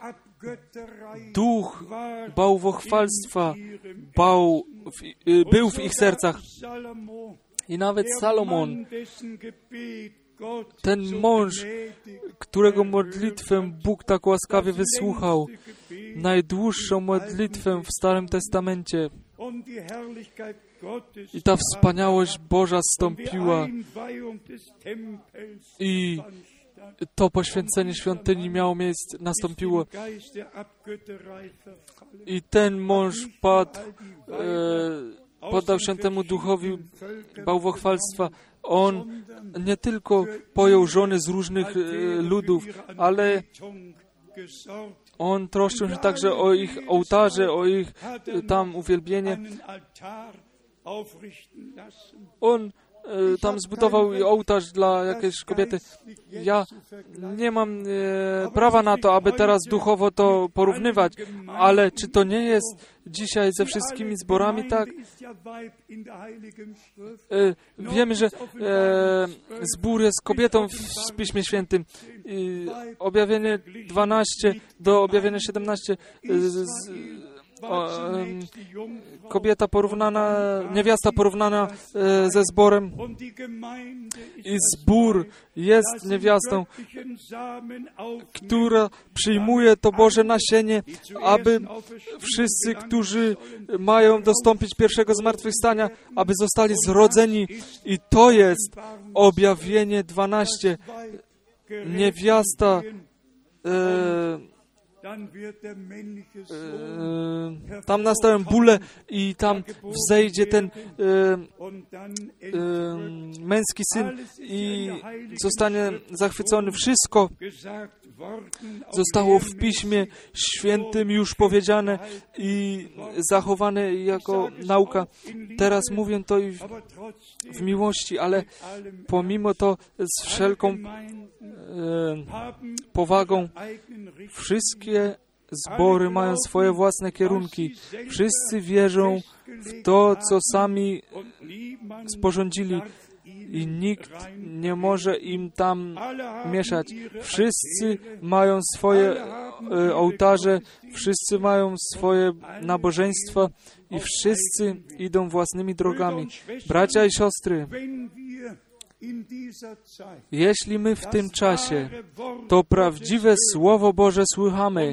duch bałwochwalstwa bał w, y, był w ich sercach. I nawet Salomon, ten mąż, którego modlitwę Bóg tak łaskawie wysłuchał, najdłuższą modlitwę w Starym Testamencie. I ta wspaniałość Boża zstąpiła i to poświęcenie świątyni miało miejsce, nastąpiło. I ten mąż padł, e, poddał się temu duchowi bałwochwalstwa. On nie tylko pojął żony z różnych e, ludów, ale on troszczył się także o ich ołtarze, o ich e, tam uwielbienie. On e, tam zbudował ołtarz dla jakiejś kobiety. Ja nie mam e, prawa na to, aby teraz duchowo to porównywać, ale czy to nie jest dzisiaj ze wszystkimi zborami tak? E, wiemy, że e, zbór jest kobietą w Piśmie Świętym. E, objawienie dwanaście do objawienia siedemnaście e, z, O, um, kobieta porównana, niewiasta porównana e, ze zborem i zbór jest niewiastą, która przyjmuje to Boże nasienie, aby wszyscy, którzy mają dostąpić pierwszego zmartwychwstania, aby zostali zrodzeni. I to jest objawienie dwanaście. Niewiasta e, E, tam nastają bóle i tam wzejdzie ten e, e, męski syn i zostanie zachwycony. Wszystko zostało w Piśmie Świętym już powiedziane i zachowane jako nauka. Teraz mówię to i w, w miłości, ale pomimo to z wszelką e, powagą wszystkie zbory mają swoje własne kierunki. Wszyscy wierzą w to, co sami sporządzili i nikt nie może im tam mieszać. Wszyscy mają swoje e, ołtarze, wszyscy mają swoje nabożeństwa i wszyscy idą własnymi drogami. Bracia i siostry, jeśli my w tym czasie to prawdziwe Słowo Boże słuchamy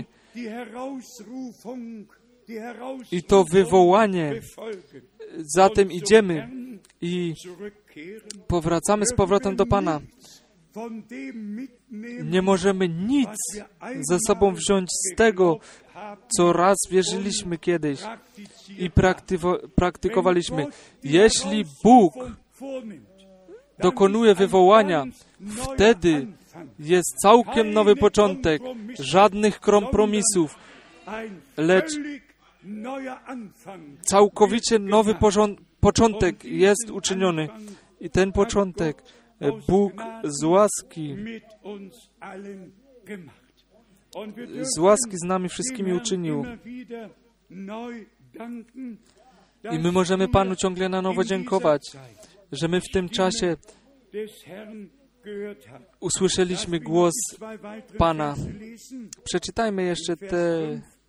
i to wywołanie, zatem idziemy i powracamy z powrotem do Pana, nie możemy nic ze sobą wziąć z tego, co raz wierzyliśmy kiedyś i praktywo- praktykowaliśmy. Jeśli Bóg dokonuje wywołania, wtedy jest całkiem nowy początek, żadnych kompromisów, lecz całkowicie nowy porząd- początek jest uczyniony. I ten początek Bóg z łaski, z łaski z nami wszystkimi uczynił. I my możemy Panu ciągle na nowo dziękować, że my w tym czasie usłyszeliśmy głos Pana. Przeczytajmy jeszcze te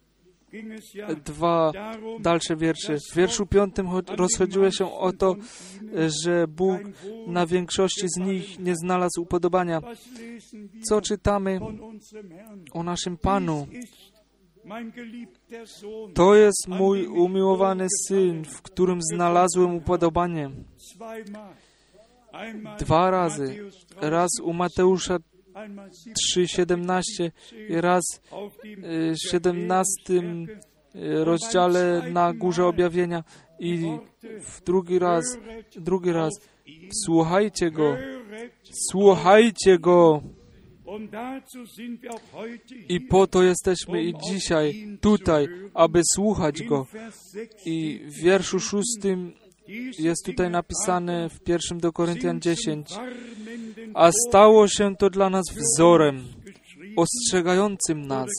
dwa dalsze wiersze. W wierszu piątym rozchodziło się o to, że Bóg na większości z nich nie znalazł upodobania. Co czytamy o naszym Panu? To jest mój umiłowany Syn, w którym znalazłem upodobanie. Dwa razy. Raz u Mateusza trzy siedemnaście i raz w siedemnastym rozdziale na Górze Objawienia i w drugi raz, drugi raz. Słuchajcie Go, słuchajcie Go. I po to jesteśmy i dzisiaj tutaj, aby słuchać Go. I w wierszu szóstym jest tutaj napisane w pierwszym do Koryntian dziesięć. A stało się to dla nas wzorem, ostrzegającym nas,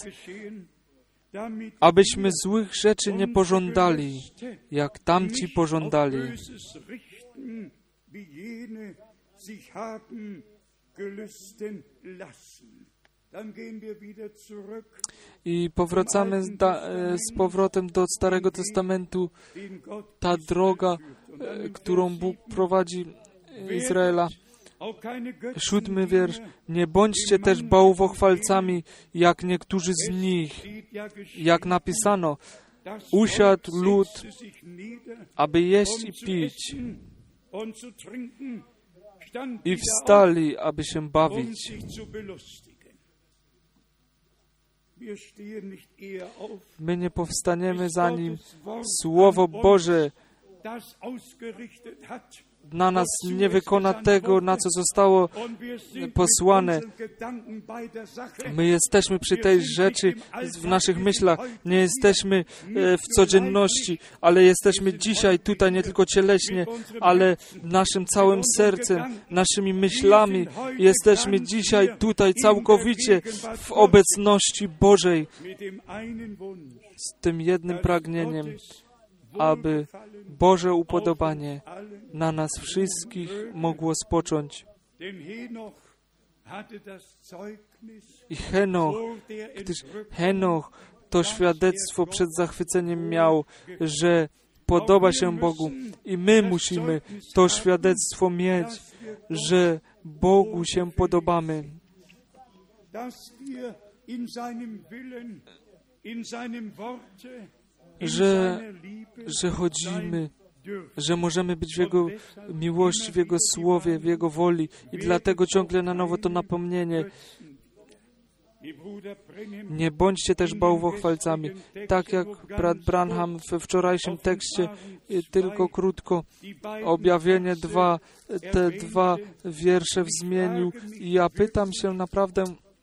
abyśmy złych rzeczy nie pożądali, jak tamci pożądali. I powracamy z, da, z powrotem do Starego Testamentu. Ta droga, którą Bóg prowadzi Izraela. Siódmy wiersz. Nie bądźcie też bałwochwalcami, jak niektórzy z nich. Jak napisano, usiadł lud, aby jeść i pić. I wstali, aby się bawić. My nie powstaniemy, zanim Słowo Boże na nas nie wykona tego, na co zostało posłane. My jesteśmy przy tej rzeczy w naszych myślach. Nie jesteśmy w codzienności, ale jesteśmy dzisiaj tutaj nie tylko cieleśnie, ale naszym całym sercem, naszymi myślami. Jesteśmy dzisiaj tutaj całkowicie w obecności Bożej z tym jednym pragnieniem, aby Boże upodobanie na nas wszystkich mogło spocząć. I Henoch, gdyż Henoch to świadectwo przed zachwyceniem miał, że podoba się Bogu. I my musimy to świadectwo mieć, że Bogu się podobamy. Że, że chodzimy, że możemy być w Jego miłości, w Jego słowie, w Jego woli i dlatego ciągle na nowo to napomnienie. Nie bądźcie też bałwochwalcami. Tak jak brat Branham we wczorajszym tekście, tylko krótko, Objawienie dwa, te dwa wiersze wzmienił. I ja pytam się naprawdę,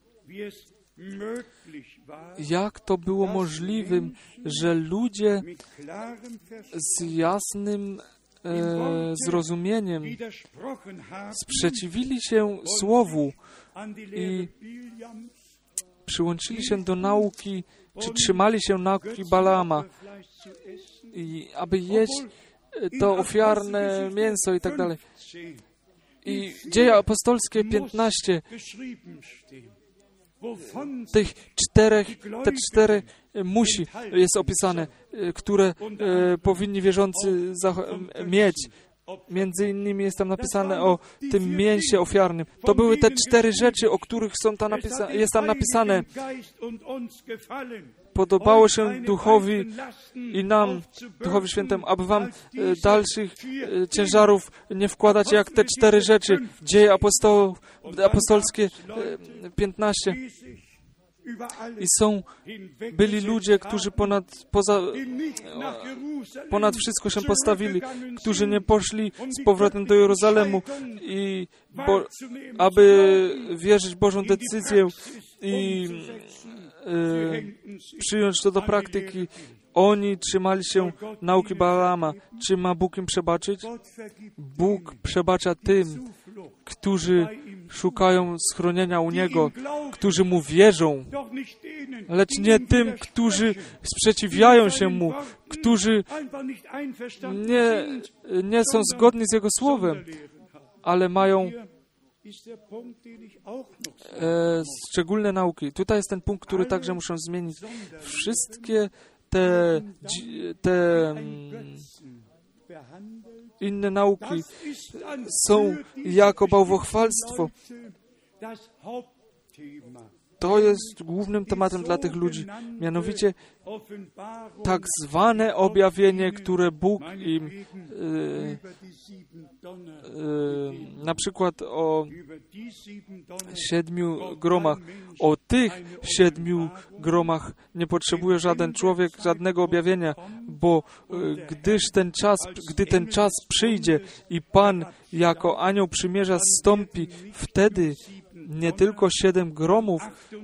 jak to było możliwym, że ludzie z jasnym e, zrozumieniem sprzeciwili się Słowu i przyłączyli się do nauki, czy trzymali się nauki Balaama, i aby jeść to ofiarne mięso i tak dalej. I Dzieje apostolskie piętnaście, tych czterech, te cztery musi jest opisane, które e, powinni wierzący mieć. Między innymi jest tam napisane o tym mięsie ofiarnym. To były te cztery rzeczy, o których są tam napisa- jest tam napisane. Podobało się Duchowi i nam, Duchowi Świętemu, aby wam e, dalszych e, ciężarów nie wkładać jak te cztery rzeczy. Dzieje apostołów, apostolskie e, piętnaście. I są, byli ludzie, którzy ponad, poza, ponad wszystko się postawili, którzy nie poszli z powrotem do Jeruzalemu, i bo, aby wierzyć w Bożą decyzję i e, przyjąć to do praktyki. Oni trzymali się nauki Balaama. Czy ma Bóg im przebaczyć? Bóg przebacza tym, którzy szukają schronienia u Niego, którzy Mu wierzą, lecz nie tym, którzy sprzeciwiają się Mu, którzy nie, nie są zgodni z Jego Słowem, ale mają e, szczególne nauki. Tutaj jest ten punkt, który także muszą zmienić. Wszystkie te, te inne nauki są jako bałwochwalstwo. To jest głównym tematem dla tych ludzi. Mianowicie tak zwane objawienie, które Bóg im e, e, na przykład o siedmiu gromach. O tych siedmiu gromach nie potrzebuje żaden człowiek żadnego objawienia, bo e, gdyż ten czas, gdy ten czas przyjdzie i Pan jako anioł przymierza zstąpi, wtedy nie tylko siedem gromów,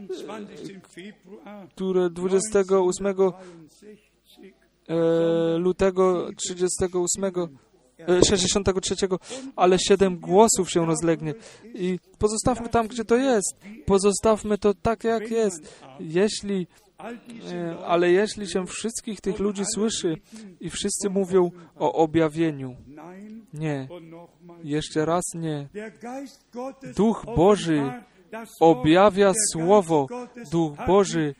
które dwudziestego ósmego lutego trzydziestego ósmego, sześćdziesiątego trzeciego, ale siedem głosów się rozlegnie. I pozostawmy tam, gdzie to jest. Pozostawmy to tak, jak jest. Jeśli, ale jeśli się wszystkich tych ludzi słyszy i wszyscy mówią o objawieniu, nie. Jeszcze raz nie. Duch Boży objawia Słowo. Duch Boży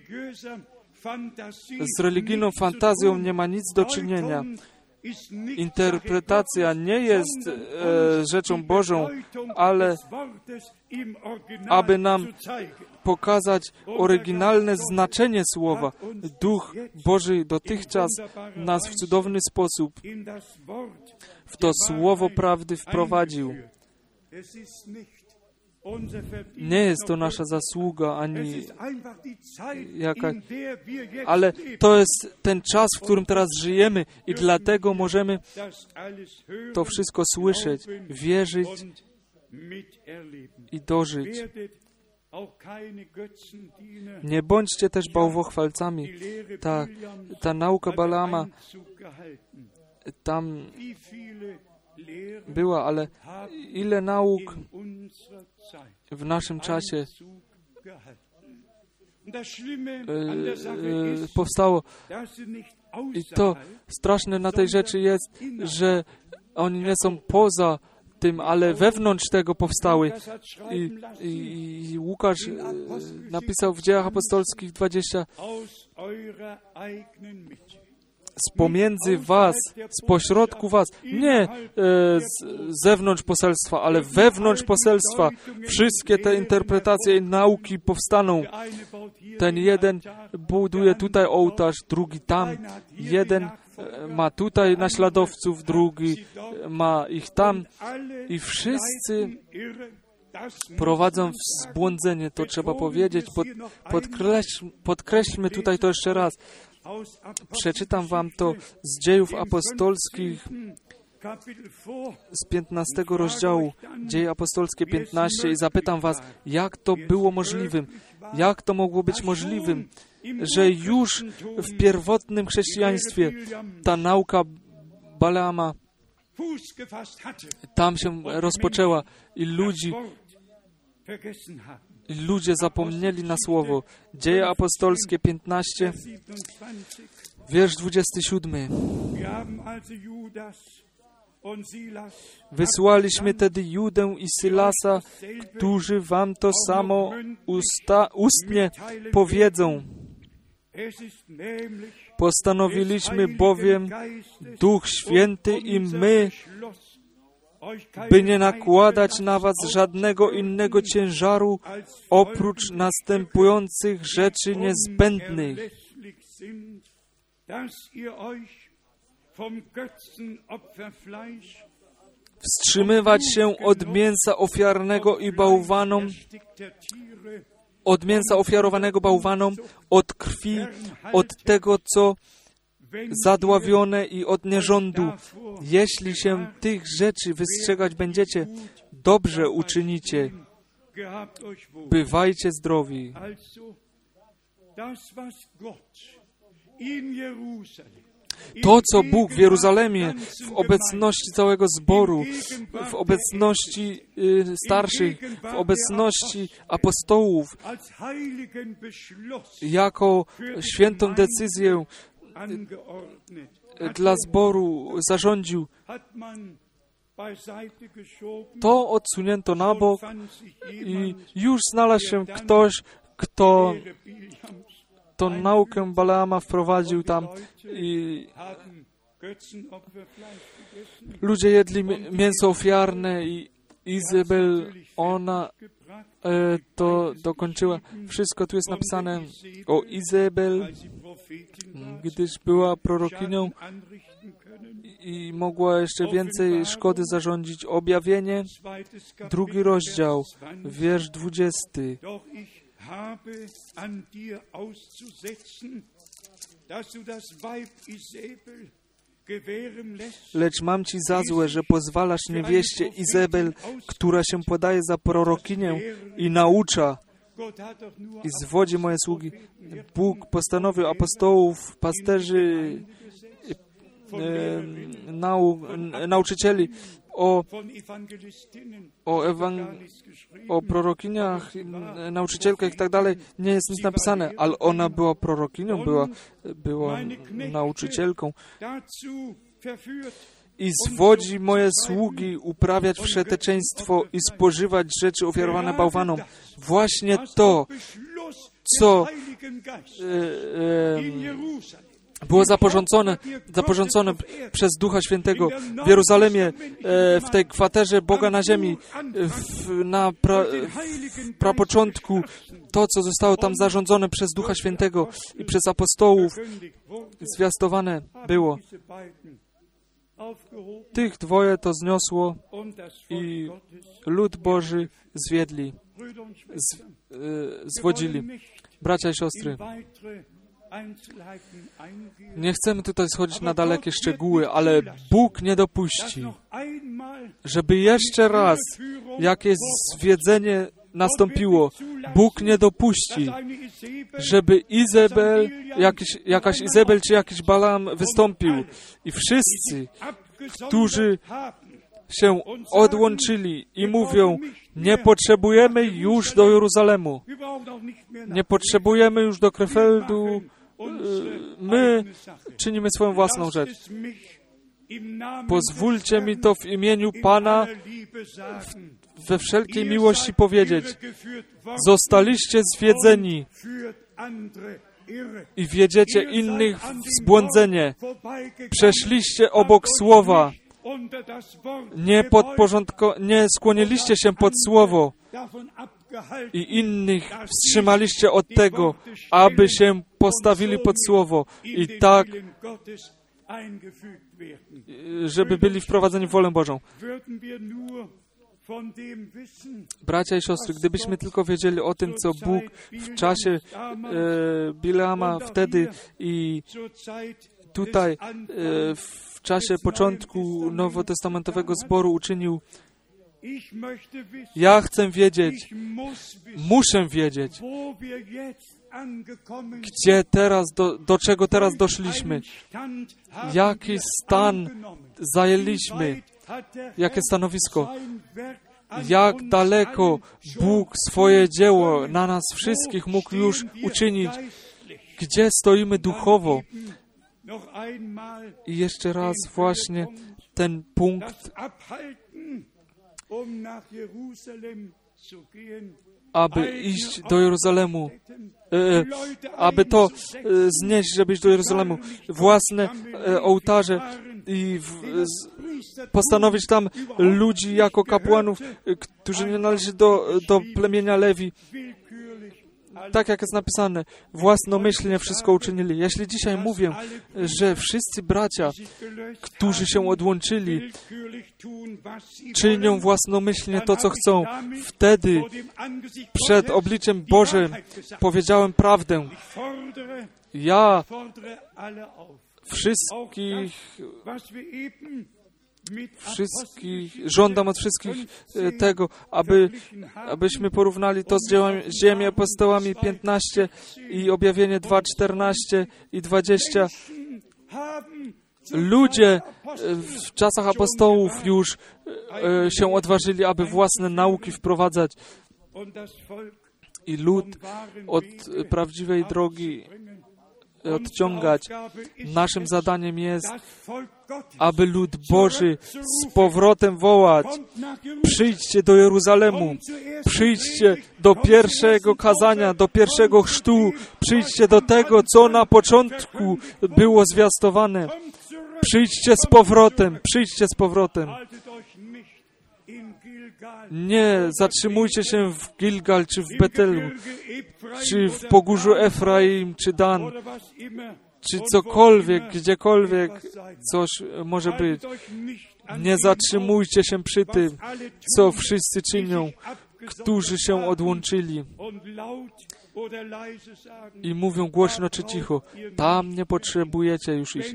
z religijną fantazją nie ma nic do czynienia. Interpretacja nie jest e, rzeczą Bożą, ale aby nam pokazać oryginalne znaczenie Słowa. Duch Boży dotychczas nas w cudowny sposób w to Słowo prawdy wprowadził. Nie jest to nasza zasługa, ani jaka, ale to jest ten czas, w którym teraz żyjemy i dlatego możemy to wszystko słyszeć, wierzyć i dożyć. Nie bądźcie też bałwochwalcami. Ta, ta nauka Balaama tam była, ale ile nauk w naszym czasie e, e, powstało. I to straszne na tej rzeczy jest, że oni nie są poza tym, ale wewnątrz tego powstały. I, i, i Łukasz e, napisał w Dziejach Apostolskich dwadzieścia z pomiędzy was, z pośrodku was, nie e, z zewnątrz poselstwa, ale wewnątrz poselstwa. Wszystkie te interpretacje i nauki powstaną. Ten jeden buduje tutaj ołtarz, drugi tam. Jeden e, ma tutaj naśladowców, drugi ma ich tam. I wszyscy prowadzą w zbłądzenie. To trzeba powiedzieć. Pod, podkreśl, podkreślmy tutaj to jeszcze raz. Przeczytam wam to z Dziejów Apostolskich z piętnastego rozdziału, Dzieje Apostolskie piętnaście i zapytam was, jak to było możliwym, jak to mogło być możliwym, że już w pierwotnym chrześcijaństwie ta nauka Balaama tam się rozpoczęła i ludzi Ludzie zapomnieli na słowo. Dzieje Apostolskie piętnaście, wiersz dwudziesty siódmy. Wysłaliśmy tedy Judę i Sylasa, którzy wam to samo usta, ustnie powiedzą. Postanowiliśmy bowiem, Duch Święty i my, by nie nakładać na was żadnego innego ciężaru, oprócz następujących rzeczy niezbędnych. Wstrzymywać się od mięsa ofiarnego i bałwanom, od mięsa ofiarowanego bałwanom, od krwi, od tego, co zadławione i od nierządu. Jeśli się tych rzeczy wystrzegać będziecie, dobrze uczynicie. Bywajcie zdrowi. To, co Bóg w Jeruzalemie, w obecności całego zboru, w obecności y, starszych, w obecności apostołów, jako świętą decyzję dla zboru zarządził, to odsunięto na bok i już znalazł się ktoś, kto tą naukę Balaama wprowadził tam i ludzie jedli mięso ofiarne i Izabel, ona e, to dokończyła. Wszystko tu jest napisane o Izabel, gdyż była prorokinią i mogła jeszcze więcej szkody zarządzić. Objawienie, drugi rozdział, wiersz dwudziesty. Lecz mam ci za złe, że pozwalasz niewieście Izabel, która się podaje za prorokinię i naucza, i zwodzi moje sługi. Bóg postanowił apostołów, pasterzy, e, nau, nauczycieli o, o, ewang- o prorokiniach, nauczycielkach i tak dalej. Nie jest nic napisane, ale ona była prorokinią, była, była nauczycielką. I zwodzi moje sługi uprawiać wszeteczeństwo i spożywać rzeczy ofiarowane bałwanom. Właśnie to, co e, e, było zaporządzone, zaporządzone przez Ducha Świętego w Jeruzalemie, e, w tej kwaterze Boga na ziemi, w, na pra, w prapoczątku, to, co zostało tam zarządzone przez Ducha Świętego i przez apostołów, zwiastowane było. Tych dwoje to zniosło i lud Boży zwiedli, z, e, zwodzili. Bracia i siostry, nie chcemy tutaj schodzić na dalekie szczegóły, ale Bóg nie dopuści, żeby jeszcze raz jakieś zwiedzenie nastąpiło. Bóg nie dopuści, żeby Izabel, jakiś, jakaś Izabel czy jakiś Balaam wystąpił i wszyscy, którzy się odłączyli i mówią, nie potrzebujemy już do Jeruzalemu, nie potrzebujemy już do Krefeldu, my czynimy swoją własną rzecz. Pozwólcie mi to w imieniu Pana we wszelkiej miłości powiedzieć. Zostaliście zwiedzeni i wiedziecie innych w zbłądzenie. Przeszliście obok słowa. Nie, podporządko- nie skłoniliście się pod słowo i innych wstrzymaliście od tego, aby się postawili pod słowo i tak, żeby byli wprowadzeni w wolę Bożą. Bracia i siostry, gdybyśmy tylko wiedzieli o tym, co Bóg w czasie e, Bileama wtedy i tutaj e, w czasie początku nowotestamentowego zboru uczynił, ja chcę wiedzieć, muszę wiedzieć, gdzie teraz, do, do czego teraz doszliśmy, jaki stan zajęliśmy, jakie stanowisko, jak daleko Bóg swoje dzieło na nas wszystkich mógł już uczynić, gdzie stoimy duchowo. I jeszcze raz właśnie ten punkt, aby iść do Jeruzalemu, e, aby to e, znieść, żeby iść do Jeruzalemu, własne e, ołtarze i w, z, postanowić tam ludzi jako kapłanów, e, którzy nie należy do, do plemienia Lewi. Tak jak jest napisane, własnomyślnie wszystko uczynili. Jeśli dzisiaj mówię, że wszyscy bracia, którzy się odłączyli, czynią własnomyślnie to, co chcą, wtedy przed obliczem Bożym powiedziałem prawdę. Ja wszystkich wszystkich, żądam od wszystkich tego, aby, abyśmy porównali to z, dziełami, z dziećmi apostołami piętnaście i objawienie dwa, czternaście i dwadzieścia. Ludzie w czasach apostołów już się odważyli, aby własne nauki wprowadzać i lud od prawdziwej drogi odciągać. Naszym zadaniem jest, aby lud Boży z powrotem wołać: przyjdźcie do Jeruzalemu, przyjdźcie do pierwszego kazania, do pierwszego chrztu, przyjdźcie do tego, co na początku było zwiastowane. Przyjdźcie z powrotem, przyjdźcie z powrotem. Nie zatrzymujcie się w Gilgal, czy w Betelu, czy w Pogórzu Efraim, czy Dan, czy cokolwiek, gdziekolwiek coś może być. Nie zatrzymujcie się przy tym, co wszyscy czynią, którzy się odłączyli i mówią głośno czy cicho: tam nie potrzebujecie już iść.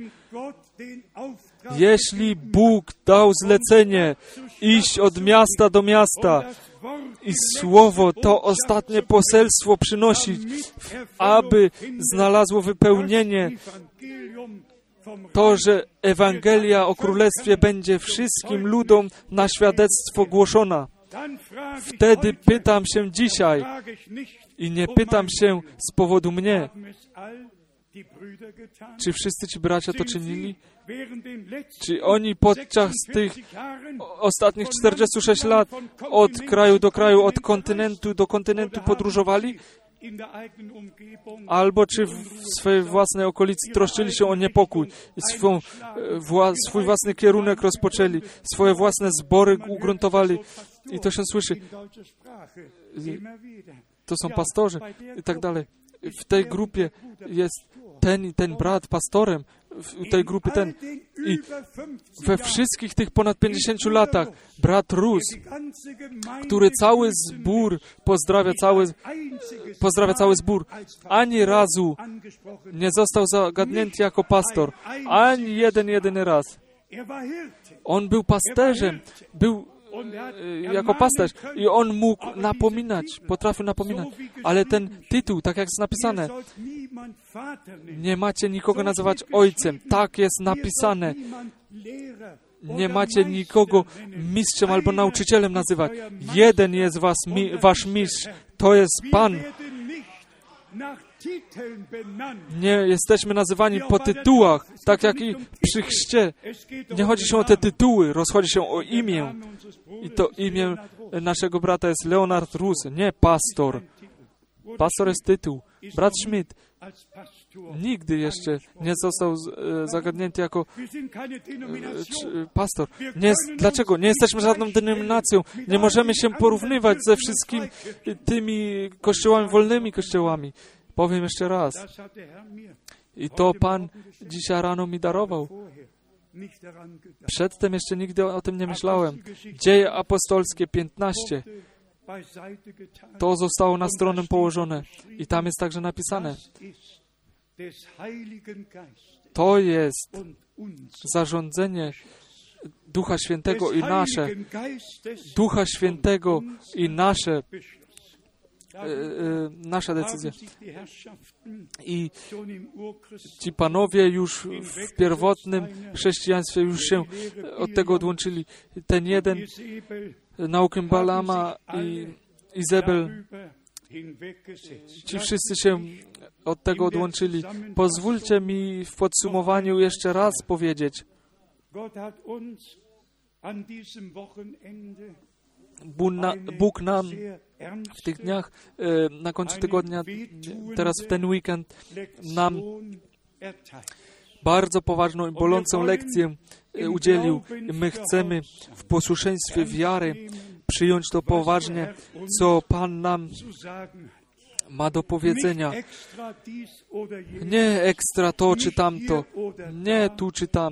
Jeśli Bóg dał zlecenie iść od miasta do miasta i słowo, to ostatnie poselstwo przynosić, aby znalazło wypełnienie, to, że Ewangelia o Królestwie będzie wszystkim ludom na świadectwo głoszona. Wtedy pytam się dzisiaj i nie pytam się z powodu mnie, czy wszyscy ci bracia to czynili? Czy oni podczas tych ostatnich czterdziestu sześciu lat od kraju do kraju, od kontynentu do kontynentu podróżowali? Albo czy w swojej własnej okolicy troszczyli się o niepokój i swą, wła, swój własny kierunek rozpoczęli, swoje własne zbory ugruntowali? I to się słyszy. To są pastorzy i tak dalej. w tej grupie jest ten i ten brat pastorem, w tej grupy ten. I we wszystkich tych ponad pięćdziesięciu latach brat Rus, który cały zbór pozdrawia, cały, pozdrawia cały zbór, ani razu nie został zagadnięty jako pastor. Ani jeden, jedyny raz. On był pasterzem, był jako pasterz i on mógł napominać, potrafił napominać, ale ten tytuł, tak jak jest napisane, nie macie nikogo nazywać ojcem, tak jest napisane, nie macie nikogo mistrzem albo nauczycielem nazywać, jeden jest was, mi, wasz mistrz, to jest Pan. Nie jesteśmy nazywani po tytułach, tak jak i przy chrzcie. Nie chodzi się o te tytuły, rozchodzi się o imię. I to imię naszego brata jest Leonard Rus, nie pastor. Pastor jest tytuł. Brat Schmidt nigdy jeszcze nie został zagadnięty jako pastor. Nie jest, dlaczego? Nie jesteśmy żadną denominacją. Nie możemy się porównywać ze wszystkimi tymi kościołami, wolnymi kościołami. Powiem jeszcze raz. I to Pan dzisiaj rano mi darował. Przedtem jeszcze nigdy o tym nie myślałem. Dzieje apostolskie piętnaście. To zostało na stronę położone. I tam jest także napisane. To jest zarządzenie Ducha Świętego i nasze. Ducha Świętego i nasze. E, e, nasza decyzja. I ci panowie już w pierwotnym chrześcijaństwie już się od tego odłączyli. Ten jeden, naukę Balama i Izabel, ci wszyscy się od tego odłączyli. Pozwólcie mi w podsumowaniu jeszcze raz powiedzieć. Bóg nam w tych dniach, na końcu tygodnia, teraz w ten weekend, nam bardzo poważną i bolącą lekcję udzielił. My chcemy w posłuszeństwie wiary przyjąć to poważnie, co Pan nam ma do powiedzenia. Nie ekstra to czy tamto, nie tu czy tam.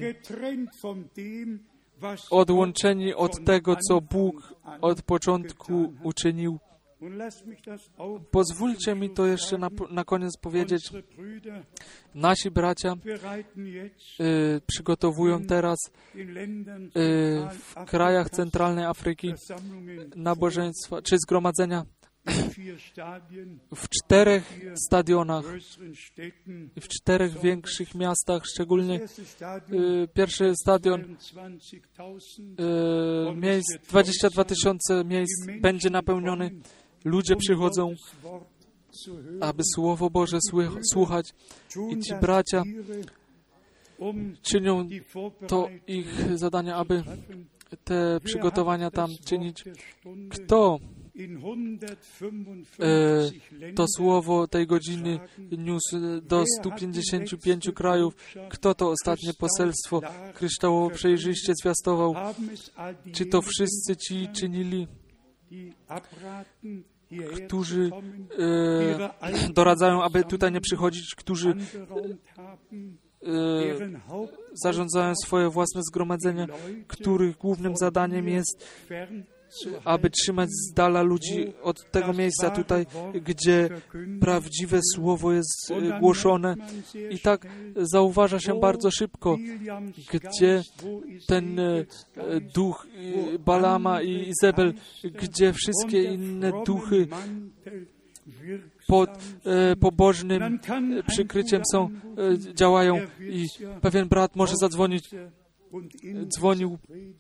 Odłączeni od tego, co Bóg od początku uczynił. Pozwólcie mi to jeszcze na, na koniec powiedzieć. Nasi bracia y, przygotowują teraz y, w krajach centralnej Afryki nabożeństwa czy zgromadzenia w czterech stadionach, w czterech większych miastach, szczególnie y, pierwszy stadion, y, miejsc, dwadzieścia dwa tysiące miejsc będzie napełniony. Ludzie przychodzą, aby Słowo Boże słuchać i ci bracia czynią to ich zadanie, aby te przygotowania tam czynić. Kto e, to słowo tej godziny niósł do stu pięćdziesięciu pięciu krajów? Kto to ostatnie poselstwo kryształowo przejrzyście zwiastował? Czy to wszyscy ci czynili, którzy e, doradzają, aby tutaj nie przychodzić, którzy e, zarządzają swoje własne zgromadzenia, których głównym zadaniem jest, aby trzymać z dala ludzi od tego miejsca tutaj, gdzie prawdziwe słowo jest głoszone. I tak zauważa się bardzo szybko, gdzie ten duch Balama i Izabel, gdzie wszystkie inne duchy pod e, pobożnym przykryciem są, e, działają i pewien brat może zadzwonić, dzwonił.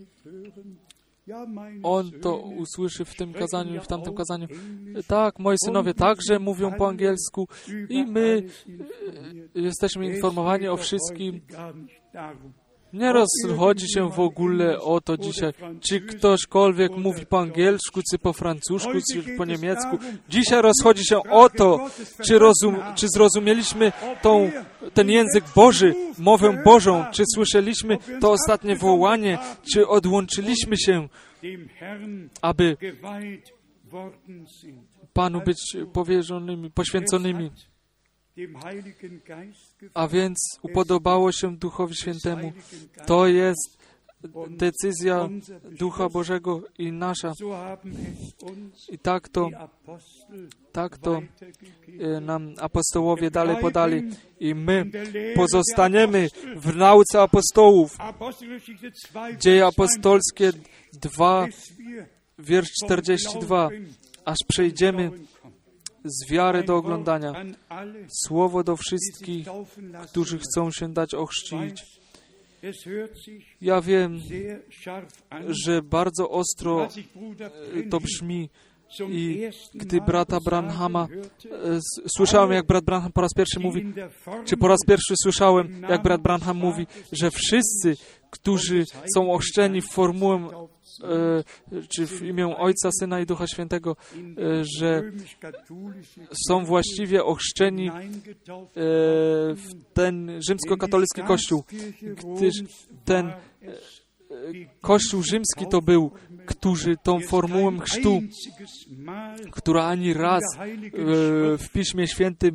On to usłyszy w tym kazaniu i w tamtym kazaniu. Tak, moi synowie także mówią po angielsku i my jesteśmy informowani o wszystkim. Nie rozchodzi się w ogóle o to dzisiaj, czy ktośkolwiek mówi po angielsku, czy po francusku, czy po niemiecku. Dzisiaj rozchodzi się o to, czy, rozum, czy zrozumieliśmy tą, ten język Boży, mowę Bożą, czy słyszeliśmy to ostatnie wołanie, czy odłączyliśmy się, aby Panu być powierzonymi, poświęconymi. A więc upodobało się Duchowi Świętemu. To jest decyzja Ducha Bożego i nasza. I tak to, tak to nam apostołowie dalej podali. I my pozostaniemy w nauce apostołów. Dzieje apostolskie dwa, wiersz czterdziesty dwa. Aż przejdziemy z wiary do oglądania. Słowo do wszystkich, którzy chcą się dać ochrzcić. Ja wiem, że bardzo ostro to brzmi i gdy brata Branhama słyszałem, jak brat Branham po raz pierwszy mówi, czy po raz pierwszy słyszałem, jak brat Branham mówi, że wszyscy, którzy są ochrzczeni w formułę, e, czy w imię Ojca, Syna i Ducha Świętego, e, że są właściwie ochrzczeni e, w ten rzymskokatolicki Kościół, gdyż ten e, Kościół rzymski to był, którzy tą formułę chrztu, która ani raz e, w Piśmie Świętym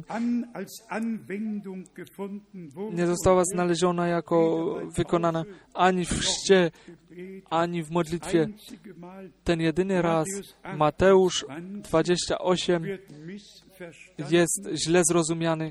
nie została znaleziona jako wykonana ani w chrzcie, ani w modlitwie. Ten jedyny raz, Mateusz dwadzieścia osiem, jest źle zrozumiany.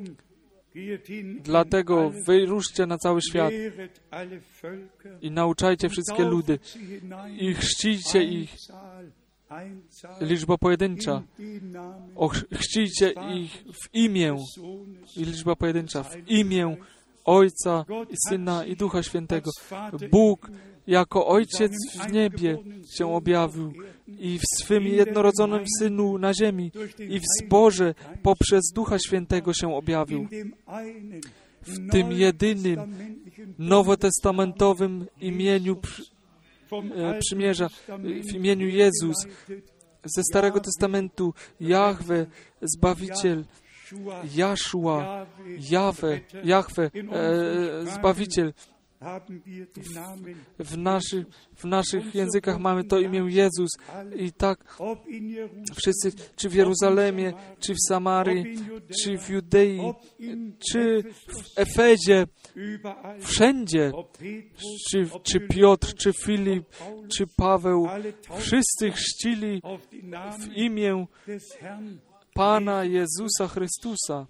Dlatego wyruszcie na cały świat i nauczajcie wszystkie ludy i chrzcijcie ich, liczba pojedyncza, chrzcijcie ich w imię, i liczba pojedyncza, w imię Ojca, i Syna i Ducha Świętego. Bóg jako Ojciec w niebie się objawił i w swym jednorodzonym Synu na ziemi i w zborze poprzez Ducha Świętego się objawił. W tym jedynym nowotestamentowym imieniu przymierza, w imieniu Jezus, ze Starego Testamentu Jahwe, Zbawiciel, Jaszua, Jahwe, Jahwe, e, Zbawiciel. W, w, naszy, w naszych językach mamy to imię Jezus i tak wszyscy, czy w Jeruzalemie, czy w Samarii, czy w Judei, czy w Efezie, wszędzie, czy, czy Piotr, czy Filip, czy Paweł, wszyscy chrzcili w imię Pana Jezusa Chrystusa.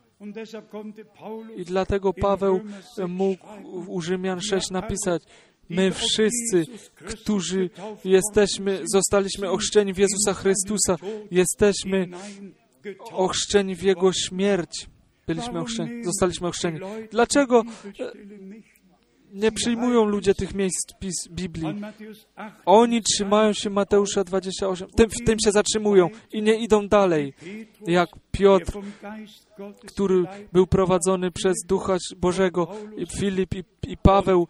I dlatego Paweł mógł u Rzymian sześć napisać: my wszyscy, którzy jesteśmy, zostaliśmy ochrzczeni w Jezusa Chrystusa, jesteśmy ochrzczeni w Jego śmierć. Byliśmy ochrzczeni, zostaliśmy ochrzczeni. Dlaczego nie przyjmują ludzie tych miejsc z Biblii? Oni trzymają się Mateusza dwadzieścia osiem, tym, w tym się zatrzymują i nie idą dalej. Jak Piotr, który był prowadzony przez Ducha Bożego, i Filip, i, i Paweł.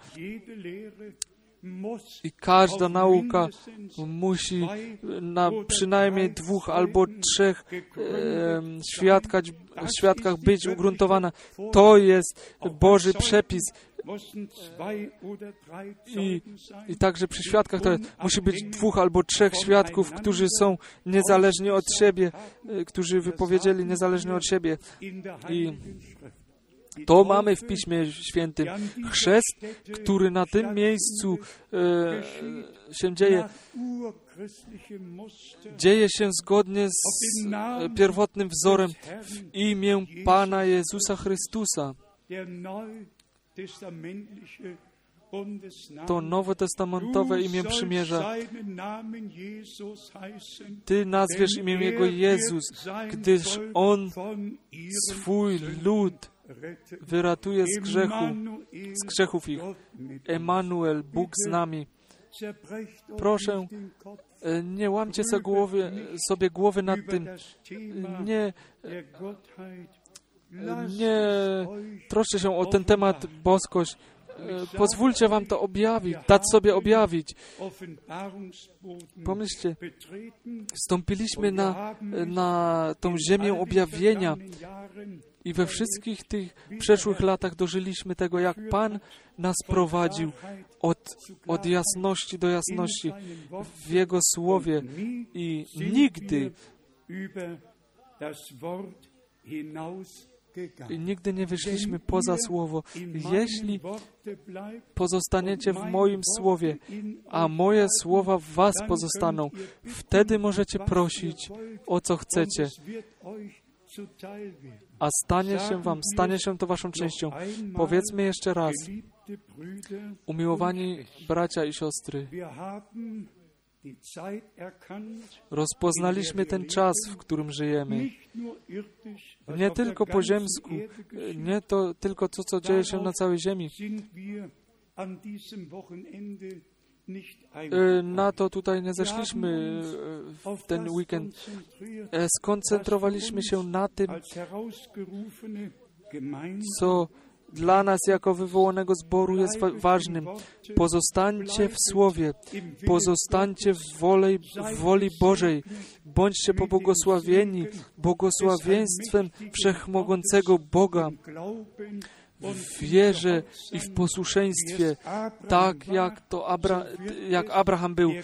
I każda nauka musi na przynajmniej dwóch albo trzech e, świadkach, świadkach być ugruntowana. To jest Boży przepis. I, I także przy świadkach to jest, musi być dwóch albo trzech świadków, którzy są niezależni od siebie, którzy wypowiedzieli niezależnie od siebie. I to mamy w Piśmie Świętym. Chrzest, który na tym miejscu e, się dzieje, dzieje się zgodnie z pierwotnym wzorem w imię Pana Jezusa Chrystusa. To nowotestamentowe imię przymierza. Ty nazwiesz imię Jego Jezus, gdyż On swój lud wyratuje z grzechu, z grzechów ich. Emanuel, Bóg z nami. Proszę, nie łamcie sobie głowy, sobie głowy nad tym. Nie, nie troszczę się o ten temat boskość. Pozwólcie wam to objawić, dać sobie objawić. Pomyślcie, wstąpiliśmy na, na tą ziemię objawienia i we wszystkich tych przeszłych latach dożyliśmy tego, jak Pan nas prowadził od, od jasności do jasności w Jego Słowie i nigdy i nigdy nie wyszliśmy poza Słowo. Jeśli pozostaniecie w moim Słowie, a moje słowa w was pozostaną, wtedy możecie prosić o co chcecie, a stanie się wam, stanie się to waszą częścią. Powiedzmy jeszcze raz, umiłowani bracia i siostry, rozpoznaliśmy ten czas, w którym żyjemy. Nie tylko po ziemsku, nie to tylko to, co dzieje się na całej ziemi. Na to tutaj nie zeszliśmy w ten weekend. Skoncentrowaliśmy się na tym, co dla nas jako wywołanego zboru jest wa- ważnym. Pozostańcie w Słowie, pozostańcie w woli, w woli Bożej, bądźcie pobłogosławieni błogosławieństwem Wszechmogącego Boga w wierze i w posłuszeństwie, tak jak to Abra, jak Abraham był.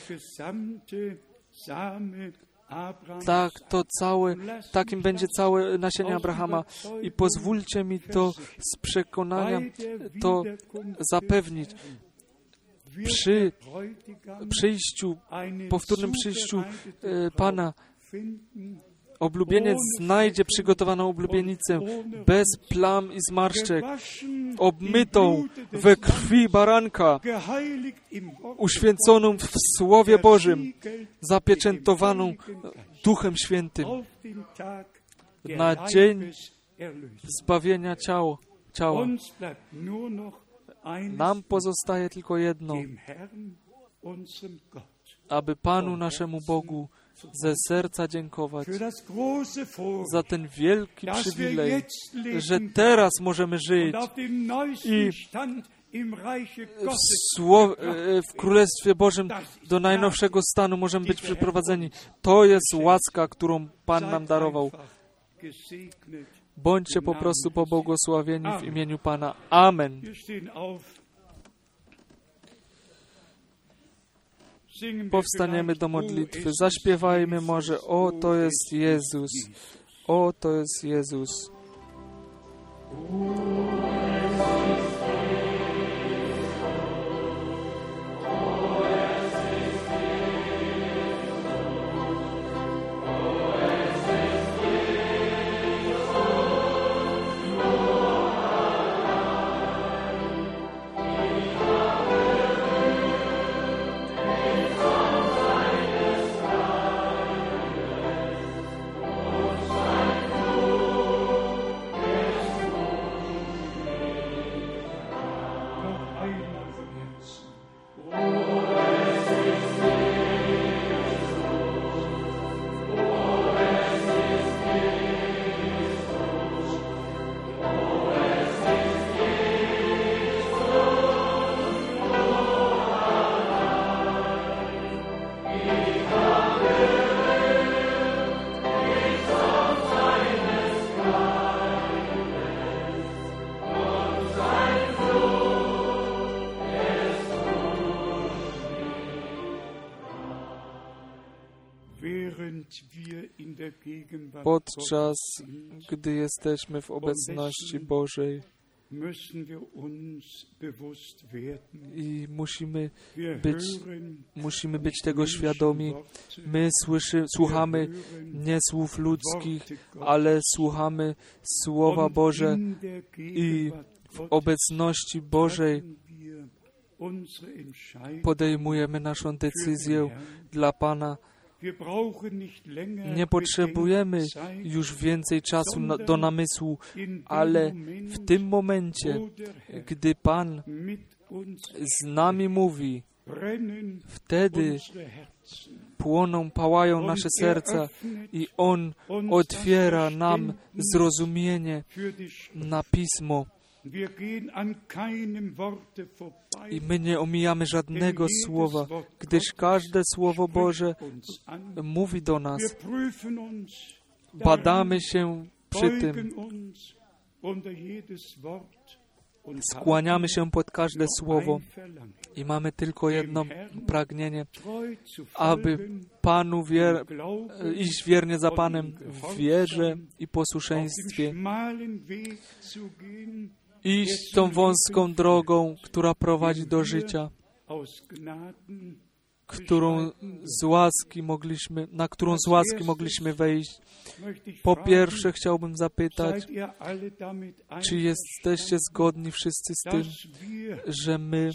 Tak, to całe, takim będzie całe nasienie Abrahama. I pozwólcie mi to z przekonania to zapewnić. Przy przyjściu, powtórnym przyjściu e, Pana, oblubieniec znajdzie przygotowaną oblubienicę bez plam i zmarszczek, obmytą we krwi baranka, uświęconą w Słowie Bożym, zapieczętowaną Duchem Świętym na dzień zbawienia ciała. ciała. Nam pozostaje tylko jedno, aby Panu naszemu Bogu ze serca dziękować za ten wielki przywilej, że teraz możemy żyć i w, Słow- w Królestwie Bożym do najnowszego stanu możemy być przyprowadzeni. To jest łaska, którą Pan nam darował. Bądźcie po prostu pobłogosławieni w imieniu Pana. Amen. Powstaniemy do modlitwy. Zaśpiewajmy może: O, to jest Jezus. O, to jest Jezus. Podczas gdy jesteśmy w obecności Bożej i musimy być, musimy być tego świadomi. My słyszy, słuchamy nie słów ludzkich, ale słuchamy Słowa Boże i w obecności Bożej podejmujemy naszą decyzję dla Pana. Nie potrzebujemy już więcej czasu na, do namysłu, ale w tym momencie, gdy Pan z nami mówi, wtedy płoną, pałają nasze serca i On otwiera nam zrozumienie na Pismo. I my nie omijamy żadnego słowa, gdyż każde Słowo Boże mówi do nas. Badamy się przy tym skłaniamy się pod każde słowo i mamy tylko jedno pragnienie, aby Panu wier... iść wiernie za Panem w wierze i posłuszeństwie, iść tą wąską drogą, która prowadzi do życia, którą z łaski mogliśmy, na którą z łaski mogliśmy wejść. Po pierwsze chciałbym zapytać, czy jesteście zgodni wszyscy z tym, że my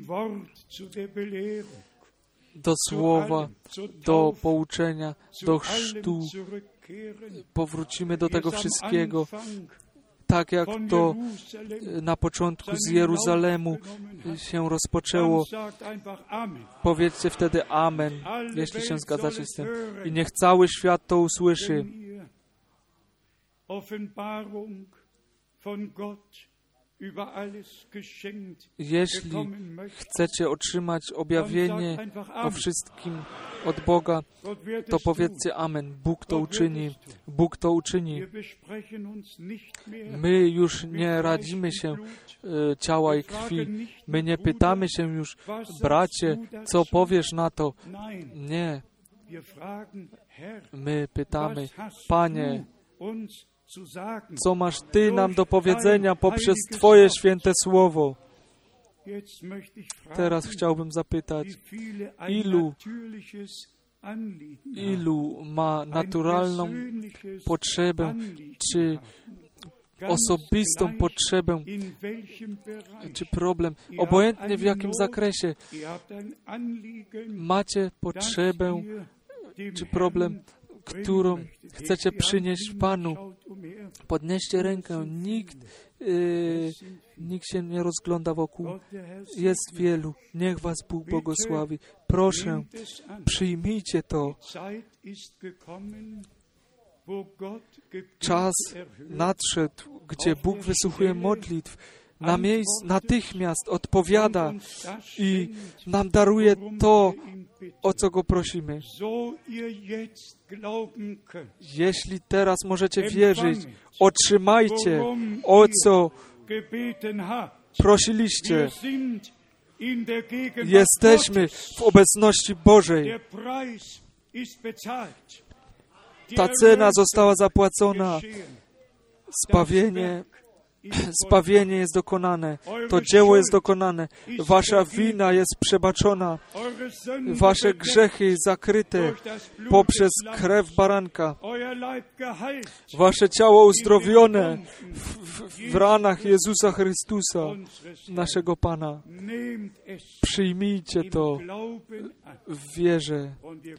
do słowa, do pouczenia, do chrztu powrócimy do tego wszystkiego, tak jak to na początku z Jeruzalemu się rozpoczęło. Powiedzcie wtedy Amen, jeśli się zgadzacie z tym. I niech cały świat to usłyszy. Jeśli chcecie otrzymać objawienie o wszystkim od Boga, to powiedzcie Amen. Bóg to uczyni. Bóg to uczyni. My już nie radzimy się e, ciała i krwi. My nie pytamy się już, bracie, co powiesz na to? Nie. My pytamy, Panie, co masz Ty nam do powiedzenia poprzez Twoje święte słowo? Teraz chciałbym zapytać, ilu, ilu ma naturalną potrzebę, czy osobistą potrzebę, czy problem, obojętnie w jakim zakresie, macie potrzebę, czy problem, którą chcecie przynieść Panu. Podnieście rękę. Nikt, yy, nikt się nie rozgląda wokół. Jest wielu. Niech was Bóg błogosławi. Proszę, przyjmijcie to. Czas nadszedł, gdzie Bóg wysłuchuje modlitw. Na miejsc, natychmiast odpowiada i nam daruje to, o co Go prosimy. Jeśli teraz możecie wierzyć, otrzymajcie, o co prosiliście. Jesteśmy w obecności Bożej. Ta cena została zapłacona. Zbawienie Zbawienie jest dokonane. To dzieło jest dokonane. Wasza wina jest przebaczona. Wasze grzechy zakryte poprzez krew baranka. Wasze ciało uzdrowione w, w, w ranach Jezusa Chrystusa, naszego Pana. Przyjmijcie to w wierze.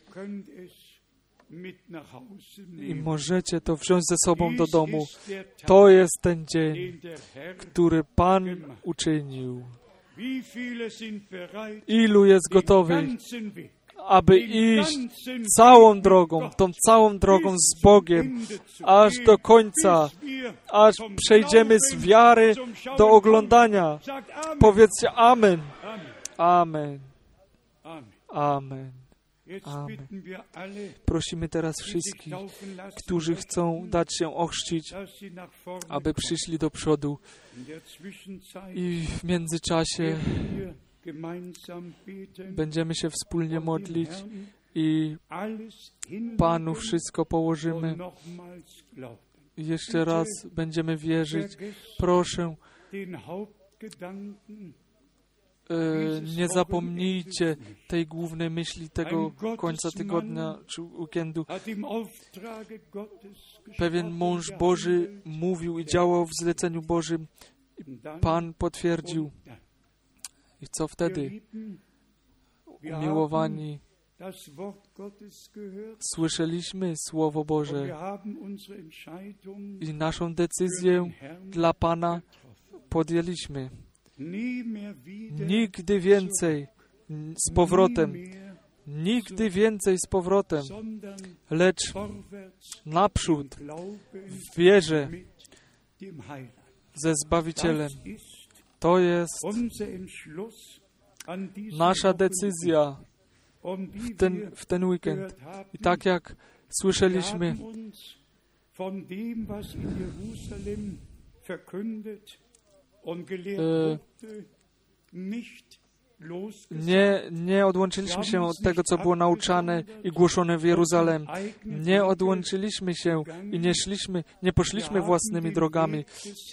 I możecie to wziąć ze sobą do domu. To jest ten dzień, który Pan uczynił. Ilu jest gotowych, aby iść całą drogą, tą całą drogą z Bogiem, aż do końca, aż przejdziemy z wiary do oglądania. Powiedzcie Amen. Amen. Amen. Amen. Prosimy teraz wszystkich, którzy chcą dać się ochrzcić, aby przyszli do przodu i w międzyczasie będziemy się wspólnie modlić i Panu wszystko położymy. I jeszcze raz będziemy wierzyć. Proszę, nie zapomnijcie tej głównej myśli tego końca tygodnia czy weekendu. Pewien mąż Boży mówił i działał w zleceniu Bożym. Pan potwierdził. I co wtedy? Umiłowani, słyszeliśmy Słowo Boże i naszą decyzję dla Pana podjęliśmy. Nigdy więcej z powrotem, nigdy więcej z powrotem, lecz naprzód w wierze ze Zbawicielem. To jest nasza decyzja w ten, w ten weekend. I tak jak słyszeliśmy, e, nie, nie odłączyliśmy się od tego, co było nauczane i głoszone w Jeruzalem. Nie odłączyliśmy się i nie szliśmy, nie poszliśmy własnymi drogami.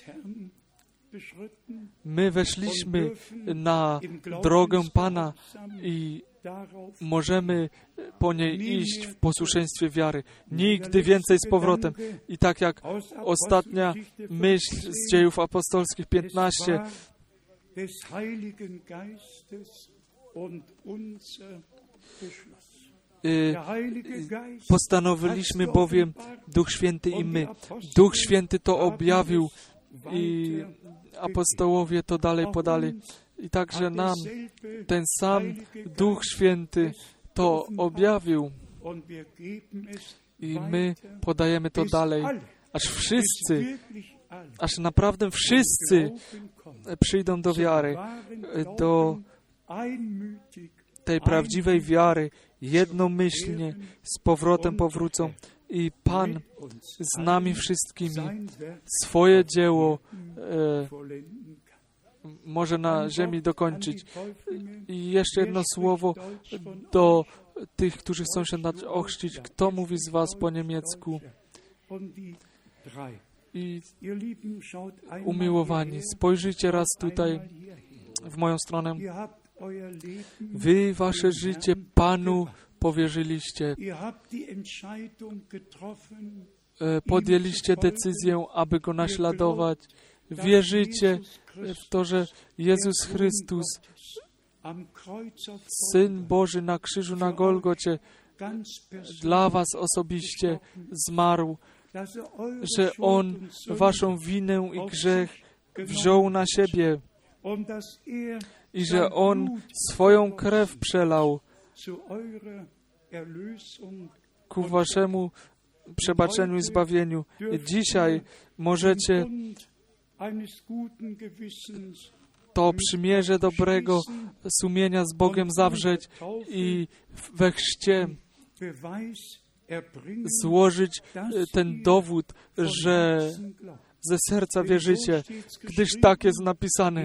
My weszliśmy na drogę Pana i możemy po niej iść w posłuszeństwie wiary. Nigdy więcej z powrotem. I tak jak ostatnia myśl z Dziejów Apostolskich piętnaście, y, postanowiliśmy bowiem, Duch Święty i my. Duch Święty to objawił i apostołowie to dalej podali. I także nam ten sam Duch Święty to objawił. I my podajemy to dalej, aż wszyscy, aż naprawdę wszyscy przyjdą do wiary, do tej prawdziwej wiary, jednomyślnie z powrotem powrócą i Pan z nami wszystkimi swoje dzieło e, może na ziemi dokończyć. I jeszcze jedno słowo do tych, którzy chcą się dać ochrzcić. Kto mówi z was po niemiecku? I umiłowani, spojrzyjcie raz tutaj w moją stronę. Wy wasze życie Panu powierzyliście. Podjęliście decyzję, aby Go naśladować. Wierzycie w to, że Jezus Chrystus, Syn Boży na krzyżu na Golgocie, dla was osobiście zmarł, że On waszą winę i grzech wziął na siebie i że On swoją krew przelał ku waszemu przebaczeniu i zbawieniu. Dzisiaj możecie to przymierze dobrego sumienia z Bogiem zawrzeć i we chrzcie złożyć ten dowód, że ze serca wierzycie, gdyż tak jest napisane.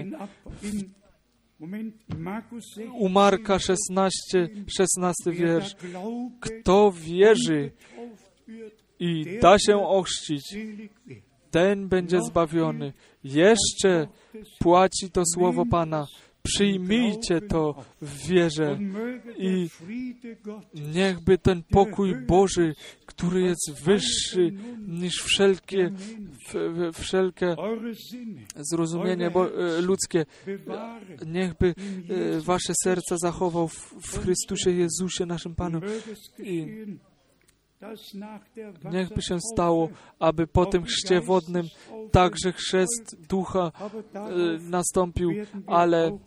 U Marka szesnaście, szesnasty wiersz. Kto wierzy i da się ochrzcić, ten będzie zbawiony. Jeszcze płaci to słowo Pana. Przyjmijcie to w wierze i niechby ten pokój Boży, który jest wyższy niż wszelkie, wszelkie zrozumienie bo, ludzkie, niechby wasze serca zachował w Chrystusie Jezusie, naszym Panu. I niechby się stało, aby po tym chrzcie wodnym także chrzest Ducha e, nastąpił, ale,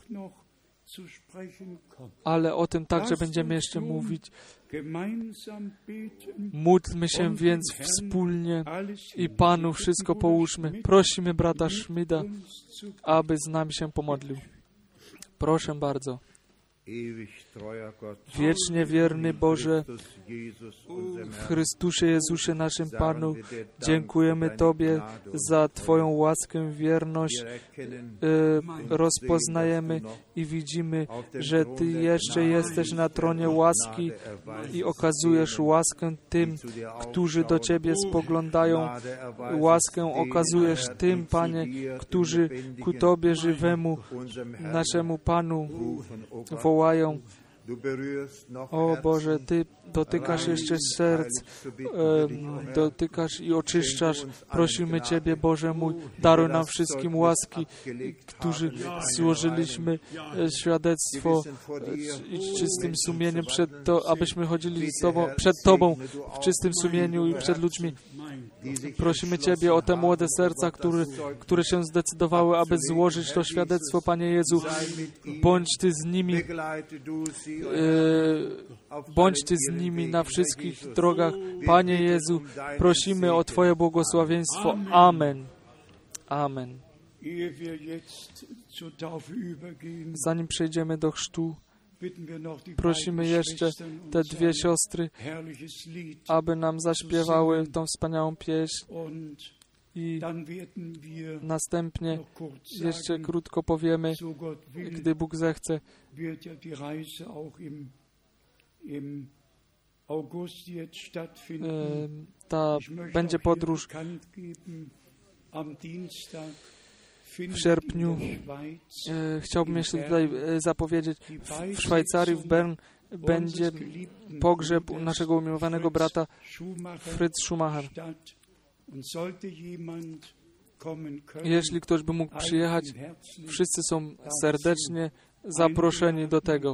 ale o tym także będziemy jeszcze mówić. Módlmy się więc wspólnie i Panu wszystko połóżmy. Prosimy brata Schmida, aby z nami się pomodlił. Proszę bardzo. Wiecznie wierny Boże, w Chrystusie Jezusie naszym Panu, dziękujemy Tobie za Twoją łaskę, wierność. Rozpoznajemy i widzimy, że Ty jeszcze jesteś na tronie łaski i okazujesz łaskę tym, którzy do Ciebie spoglądają. Łaskę okazujesz tym, Panie, którzy ku Tobie żywemu, naszemu Panu wołają. O Boże, Ty dotykasz jeszcze serc, e, dotykasz i oczyszczasz. Prosimy Ciebie, Boże mój, daruj nam wszystkim łaski, którzy złożyliśmy świadectwo i czystym sumieniem przed to, abyśmy chodzili z Tobą, przed Tobą w czystym sumieniu i przed ludźmi. Prosimy Ciebie o te młode serca, które, które się zdecydowały, aby złożyć to świadectwo, Panie Jezu. Bądź Ty z nimi, e, bądź Ty z nimi na wszystkich drogach. Panie Jezu, prosimy o Twoje błogosławieństwo. Amen. Amen. Zanim przejdziemy do chrztu, prosimy jeszcze te dwie siostry, aby nam zaśpiewały tą wspaniałą pieśń I następnie jeszcze krótko powiemy, gdy Bóg zechce, ta będzie podróż w sierpniu. Chciałbym jeszcze tutaj zapowiedzieć, w Szwajcarii, w Bern będzie pogrzeb naszego umiłowanego brata Fritz Schumacher. Jeśli ktoś by mógł przyjechać, wszyscy są serdecznie zaproszeni do tego.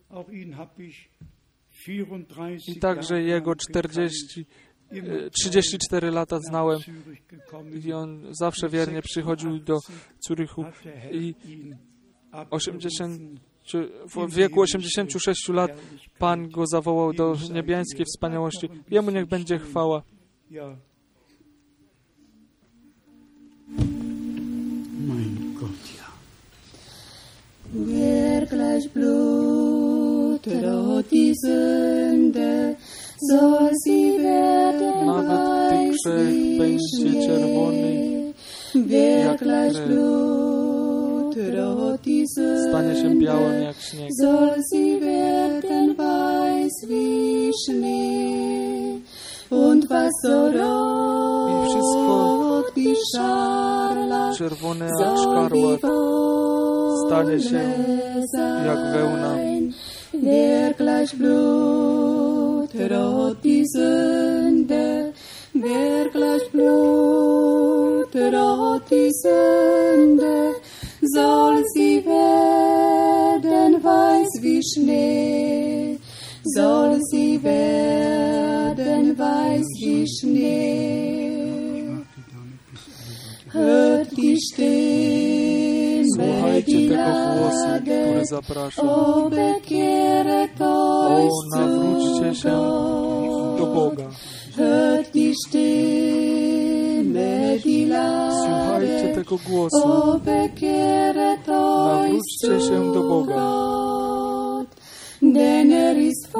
I także jego czterdzieści, trzydzieści cztery lata znałem i on zawsze wiernie przychodził do Zurychu i osiemdziesiąt, w wieku osiemdziesięciu sześciu lat Pan go zawołał do niebiańskiej wspaniałości. Jemu niech będzie chwała. Wer gleich Blut rot die Sünde, soll sie werden Nawet gdy grzech będzie czerwony, wer gleich Blut rot die stanie się białym jak Sünde, śnieg. soll sie werden weiß wie Schnee. Und was so I wszystko rot wie Scharlach, czerwone jak szkarłat stanie się jak wełna. Wer gleich Blut rot die Sünde, wer gleich Blut rot die Sünde, soll sie werden weiß wie Schnee, soll sie werden weiß wie Schnee. Hört die Stimme, Słuchajcie tego głosu, który zaprasza. o, bekehret O, euch nawróćcie zu się do Gott. Boga. Hört die Stimme, die Słuchajcie ladet, tego głosu. o, bekehret euch Nawróćcie się do zu Boga. Gott. Denn er ist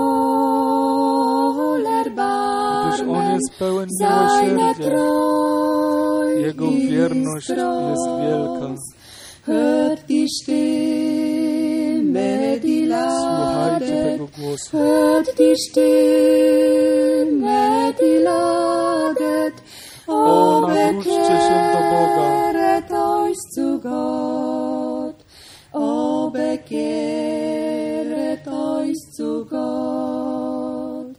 voller Gdyż On Barmen, jest pełen seine miłosierdzia. Treu Jego ist wierność jest wielka. groß. Hört die Stimme, die Słuchajcie ladet, tego głosu. hört die Stimme, die ladet, O, o, nawróćcie się do Boga. bekehret euch zu Gott, o, bekehret euch zu Gott.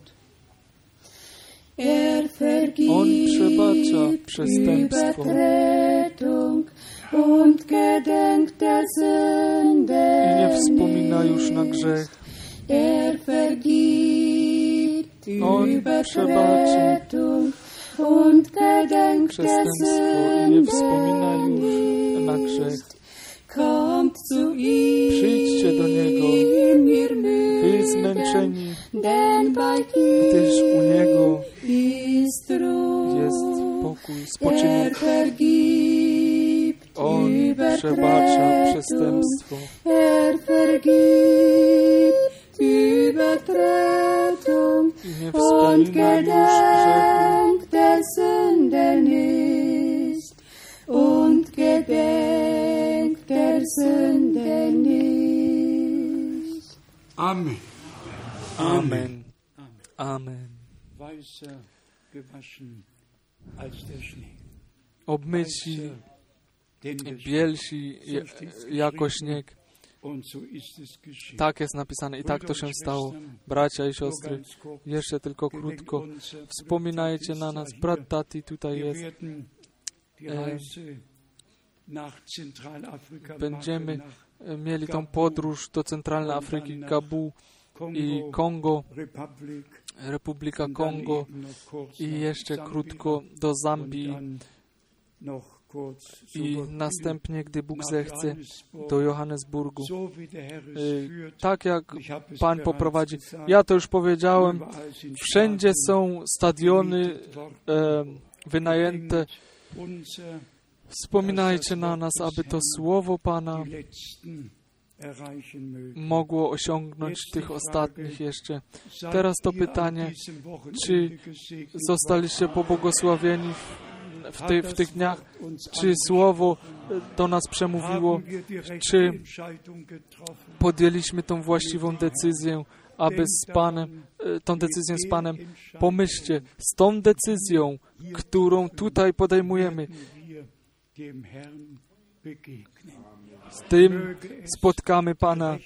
Er vergibt On przebacza przestępstwo Übertretung und gedenkt der Sünde i nie wspomina już na grzech. Er vergibt On przebaczy Übertretung und gedenkt der przestępstwo i nie wspomina już Sünde na grzech. nicht. Kommt zu ihm, Przyjdźcie do Niego, ihr wy Müden, zmęczeni, denn bei gdyż u Niego ist Ruhe. jest pokój, Er spoczynek. vergibt On przebacza przestępstwo. Er vergibt Übertretung I nie und wspomina już grzechu. gedenkt der Sünde nicht. Und gedenkt der Sünde nicht. Amen. Amen. Amen. Weißer gewaschen als der Schnee. Obmyci, Den der Schnee. bielsi je- jako śnieg. Und so ist es geschehen. Tak jest napisane i tak to się stało. Bracia i siostry, jeszcze tylko krótko. Wspominajcie na nas. Brat Tati tutaj Wir jest. werden die E, Reise nach Zentralafrika Będziemy machen, nach e, mieli tą podróż do Centralnej Afryki, Gabu i Kongo, Kongo, Republik, Republika und dann Kongo eben noch kurz i nach jeszcze Sambia krótko do und Zambii dann noch kurz, so i Gott will, następnie, gdy Bóg nach zechce, Johannesburg, do Johannesburgu. so wie der Herr es Y, führt. Tak jak Ich habe es Pan bereits poprowadzi. gesagt, Ja to już powiedziałem, überall sind wszędzie Stadien są stadiony gemietet worden. e, wynajęte. Unser, Wspominajcie na nas, aby to słowo Pana die letzten erreichen mögen. mogło osiągnąć tych ostatnich jeszcze. Teraz to pytanie, czy zostaliście pobłogosławieni w, ty, w tych dniach, czy Słowo do nas przemówiło, czy podjęliśmy tą właściwą decyzję, aby z Panem, tą decyzję z Panem. Pomyślcie, z tą decyzją, którą tutaj podejmujemy, z tym spotkamy Pana.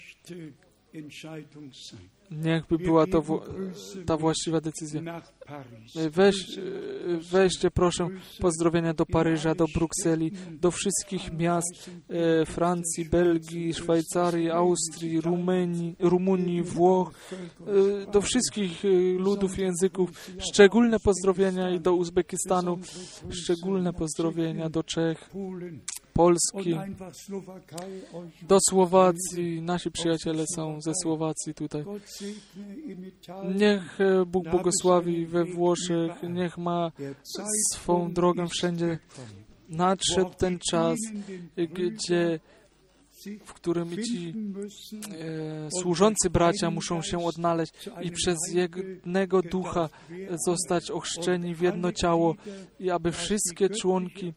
Niechby była to w, ta właściwa decyzja. Weź, weźcie proszę pozdrowienia do Paryża, do Brukseli, do wszystkich miast e, Francji, Belgii, Szwajcarii, Austrii, Rumunii, Rumunii Włoch, e, do wszystkich e, ludów i języków. Szczególne pozdrowienia i do Uzbekistanu, szczególne pozdrowienia do Czech, Polski, do Słowacji. Nasi przyjaciele są ze Słowacji tutaj. Niech Bóg błogosławi we Włoszech, niech ma swą drogę wszędzie. Nadszedł ten czas, gdzie, w którym ci e, służący bracia muszą się odnaleźć i przez jednego ducha zostać ochrzczeni w jedno ciało i aby wszystkie członki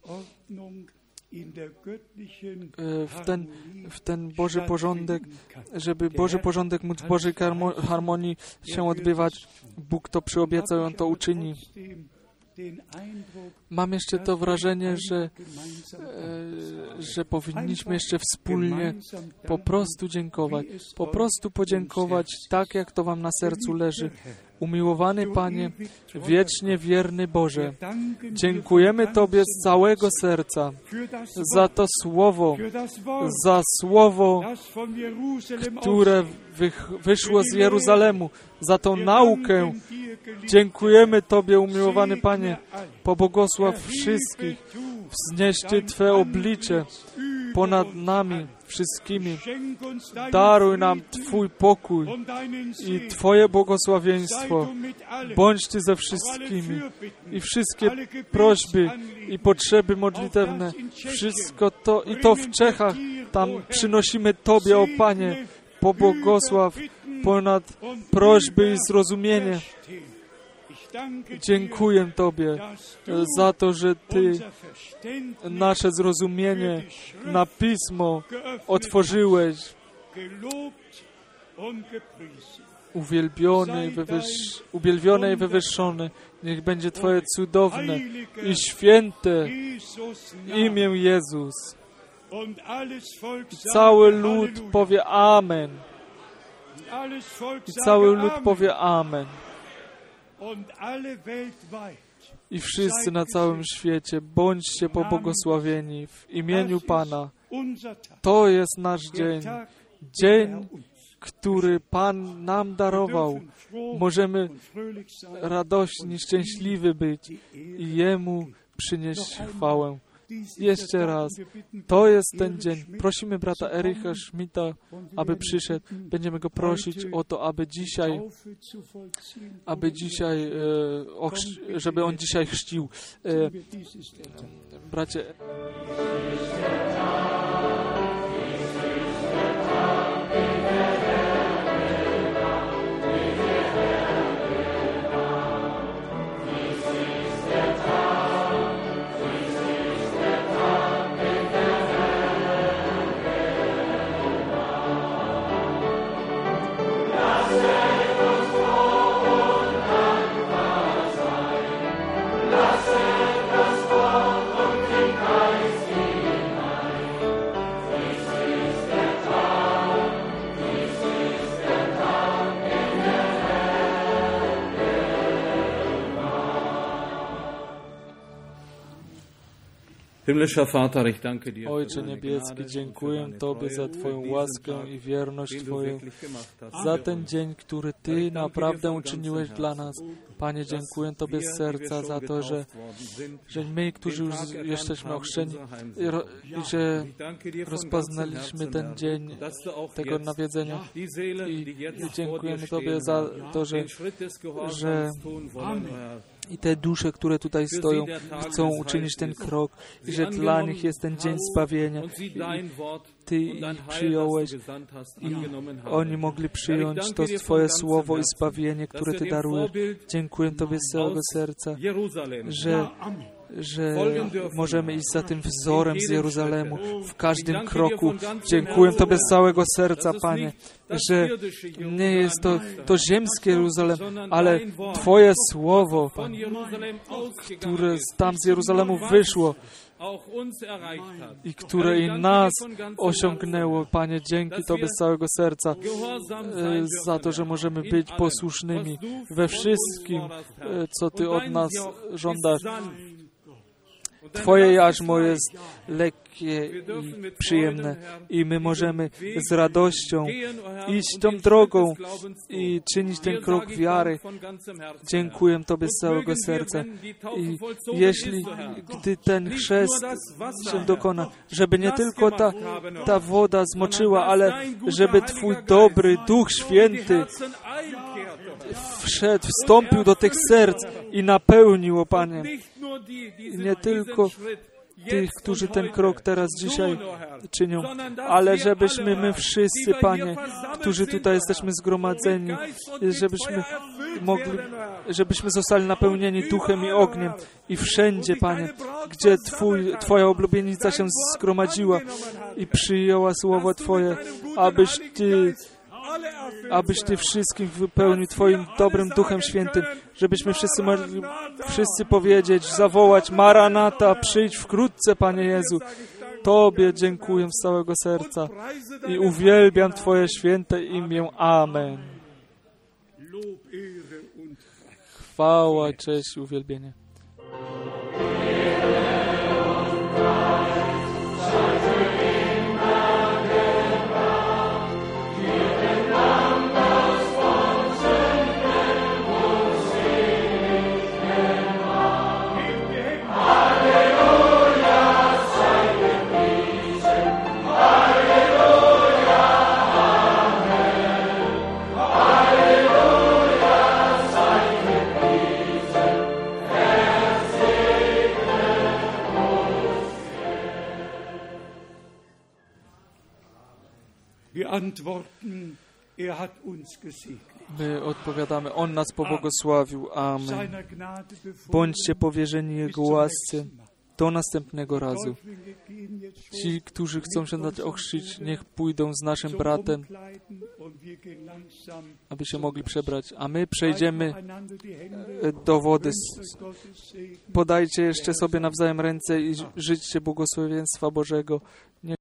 w ten, w ten Boży porządek, żeby Boży porządek móc w Bożej harmonii się odbywać. Bóg to przyobiecał i On to uczyni. Mam jeszcze to wrażenie, że, e, że powinniśmy jeszcze wspólnie po prostu dziękować. Po prostu podziękować tak, jak to Wam na sercu leży. Umiłowany Panie, wiecznie wierny Boże, dziękujemy Tobie z całego serca za to Słowo, za Słowo, które wyszło z Jeruzalemu, za tą naukę. Dziękujemy Tobie, umiłowany Panie, pobłogosław wszystkich, wznieś Ty Twe oblicze ponad nami wszystkimi. Daruj nam Twój pokój i Twoje błogosławieństwo. Bądź Ty ze wszystkimi i wszystkie prośby i potrzeby modlitewne, wszystko to i to w Czechach, tam przynosimy Tobie, o Panie, pobłogosław ponad prośby i zrozumienie. Dziękuję Tobie za to, że Ty nasze zrozumienie na Pismo otworzyłeś. Uwielbiony, wywyż... Uwielbione i wywyższone. Niech będzie Twoje cudowne i święte imię Jezus. I cały lud powie Amen. I cały lud powie Amen. I wszyscy na całym świecie, bądźcie pobłogosławieni w imieniu Pana. To jest nasz dzień. Dzień, który Pan nam darował. Możemy radośni, szczęśliwi być i Jemu przynieść chwałę. Jeszcze raz, to jest ten dzień. Prosimy brata Ericha Schmidta, aby przyszedł. Będziemy go prosić o to, aby dzisiaj, aby dzisiaj, e, ochrzci, żeby on dzisiaj chrzcił. E, bracie, Ojcze Niebieski, dziękuję Tobie za Twoją łaskę i wierność Twoją, za ten dzień, który Ty naprawdę uczyniłeś dla nas. Panie, dziękuję Tobie z serca za to, że, że my, którzy już jesteśmy ochrzczeni i, ro, i że rozpoznaliśmy ten dzień tego nawiedzenia. I, i dziękujemy Tobie za to, że, że i te dusze, które tutaj stoją, chcą uczynić ten krok i że dla nich jest ten dzień zbawienia. I Ty ich przyjąłeś i oni mogli przyjąć to Twoje słowo i zbawienie, które Ty darujesz. Dziękuję Tobie z całego serca, że że możemy iść za tym wzorem z Jeruzalemu w każdym kroku. Dziękuję Tobie z całego serca, Panie, że nie jest to, to ziemskie Jeruzalem, ale Twoje Słowo, Panie, które tam z Jeruzalemu wyszło i które i nas osiągnęło. Panie, dzięki Tobie z całego serca za to, że możemy być posłusznymi we wszystkim, co Ty od nas żądasz. Twoje jarzmo jest lekkie i przyjemne i my możemy z radością iść tą drogą i czynić ten krok wiary. Dziękuję Tobie z całego serca. I jeśli, gdy ten chrzest się dokona, żeby nie tylko ta, ta woda zmoczyła, ale żeby Twój dobry Duch Święty wszedł, wstąpił do tych serc i napełnił, o Panie. I nie tylko tych, którzy ten krok teraz dzisiaj czynią, ale żebyśmy my wszyscy, Panie, którzy tutaj jesteśmy zgromadzeni, żebyśmy mogli, żebyśmy zostali napełnieni duchem i ogniem i wszędzie, Panie, gdzie Twój, Twoja oblubienica się zgromadziła i przyjęła słowo Twoje, abyś Ty abyś Ty wszystkich wypełnił Twoim dobrym Duchem Świętym, żebyśmy wszyscy mogli wszyscy powiedzieć, zawołać Maranata, przyjdź wkrótce, Panie Jezu. Tobie dziękuję z całego serca i uwielbiam Twoje święte imię. Amen. Chwała, cześć i uwielbienie. My odpowiadamy, On nas pobłogosławił. Amen. Bądźcie powierzeni Jego łasce do następnego razu. Ci, którzy chcą się dać ochrzcić, niech pójdą z naszym bratem, aby się mogli przebrać. A my przejdziemy do wody. Podajcie jeszcze sobie nawzajem ręce i życzcie błogosławieństwa Bożego.